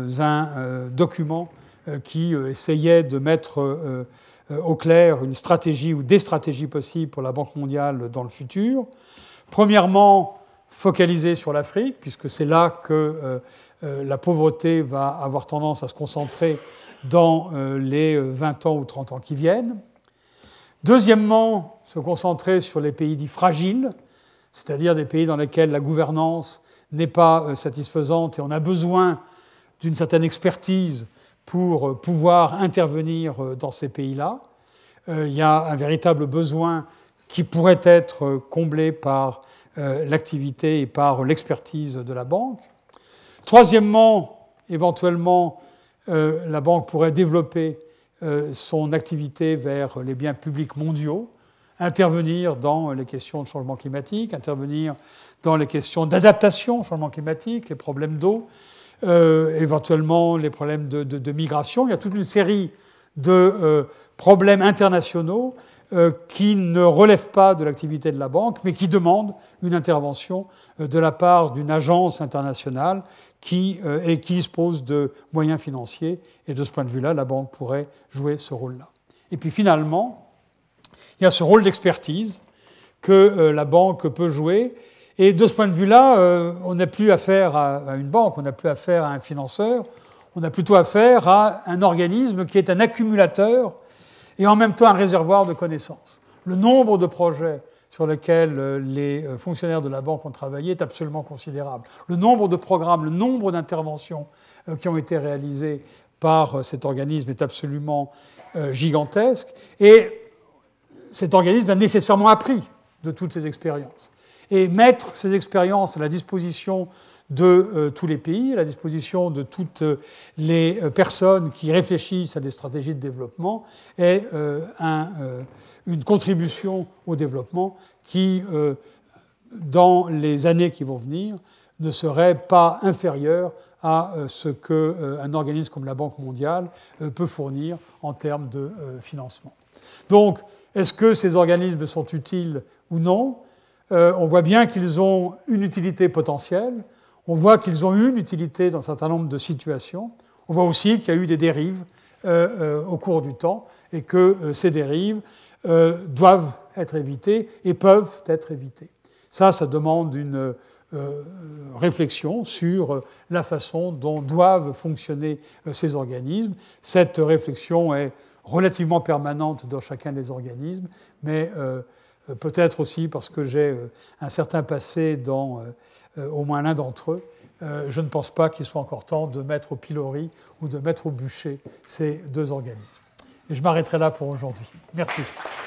un document qui essayait de mettre au clair une stratégie ou des stratégies possibles pour la Banque mondiale dans le futur. Premièrement, focalisé sur l'Afrique, puisque c'est là que euh, euh, la pauvreté va avoir tendance à se concentrer dans euh, les vingt ans ou trente ans qui viennent. Deuxièmement, se concentrer sur les pays dits fragiles, c'est-à-dire des pays dans lesquels la gouvernance n'est pas euh, satisfaisante et on a besoin d'une certaine expertise pour euh, pouvoir intervenir euh, dans ces pays-là. Euh, il y a un véritable besoin qui pourrait être euh, comblé par Euh, l'activité et par l'expertise de la banque. Troisièmement, éventuellement, euh, la banque pourrait développer euh, son activité vers les biens publics mondiaux, intervenir dans les questions de changement climatique, intervenir dans les questions d'adaptation au changement climatique, les problèmes d'eau, euh, éventuellement les problèmes de, de, de migration. Il y a toute une série de euh, problèmes internationaux Euh, qui ne relèvent pas de l'activité de la banque, mais qui demandent une intervention euh, de la part d'une agence internationale qui, euh, et qui dispose de moyens financiers. Et de ce point de vue-là, la banque pourrait jouer ce rôle-là. Et puis finalement, il y a ce rôle d'expertise que euh, la banque peut jouer. Et de ce point de vue-là, euh, on n'a plus affaire à, à une banque, on n'a plus affaire à un financeur, on a plutôt affaire à un organisme qui est un accumulateur et en même temps un réservoir de connaissances. Le nombre de projets sur lesquels les fonctionnaires de la banque ont travaillé est absolument considérable. Le nombre de programmes, le nombre d'interventions qui ont été réalisées par cet organisme est absolument gigantesque. Et cet organisme a nécessairement appris de toutes ces expériences. Et mettre ces expériences à la disposition de euh, tous les pays, à la disposition de toutes les euh, personnes qui réfléchissent à des stratégies de développement, est euh, un, euh, une contribution au développement qui, euh, dans les années qui vont venir, ne serait pas inférieur à ce qu'un organisme comme la Banque mondiale peut fournir en termes de financement. Donc, est-ce que ces organismes sont utiles ou non ? euh, On voit bien qu'ils ont une utilité potentielle, on voit qu'ils ont eu une utilité dans un certain nombre de situations, on voit aussi qu'il y a eu des dérives euh, euh, au cours du temps et que euh, ces dérives euh, doivent être évitées et peuvent être évitées. Ça, ça demande une euh, réflexion sur euh, la façon dont doivent fonctionner euh, ces organismes. Cette réflexion est relativement permanente dans chacun des organismes, mais euh, peut-être aussi parce que j'ai euh, un certain passé dans euh, au moins l'un d'entre eux, euh, je ne pense pas qu'il soit encore temps de mettre au pilori ou de mettre au bûcher ces deux organismes. Et je m'arrêterai là pour aujourd'hui. Merci.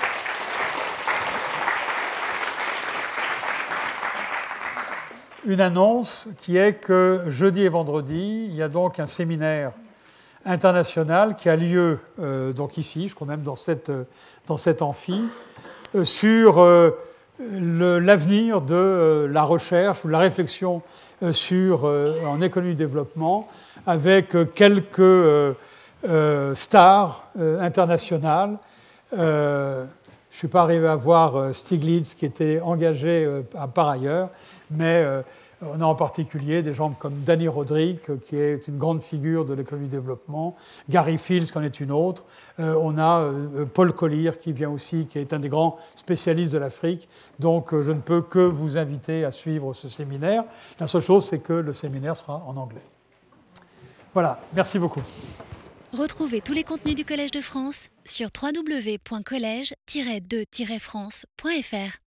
Une annonce qui est que jeudi et vendredi, il y a donc un séminaire international qui a lieu euh, donc ici, je crois même dans cette, dans cet amphi, euh, sur euh, le, l'avenir de euh, la recherche ou de la réflexion euh, sur, euh, en économie de développement, avec euh, quelques euh, euh, stars euh, internationales. Euh, je ne suis pas arrivé à voir euh, Stiglitz, qui était engagé euh, par ailleurs, mais euh, on a en particulier des gens comme Danny Roderick, qui est une grande figure de l'économie de développement, Gary Fields, qui en est une autre. Euh, on a euh, Paul Collier, qui vient aussi, qui est un des grands spécialistes de l'Afrique. Donc, euh, je ne peux que vous inviter à suivre ce séminaire. La seule chose, c'est que le séminaire sera en anglais. Voilà, merci beaucoup. Retrouvez tous les contenus du Collège de France sur w w w point collège tiret de tiret france point f r.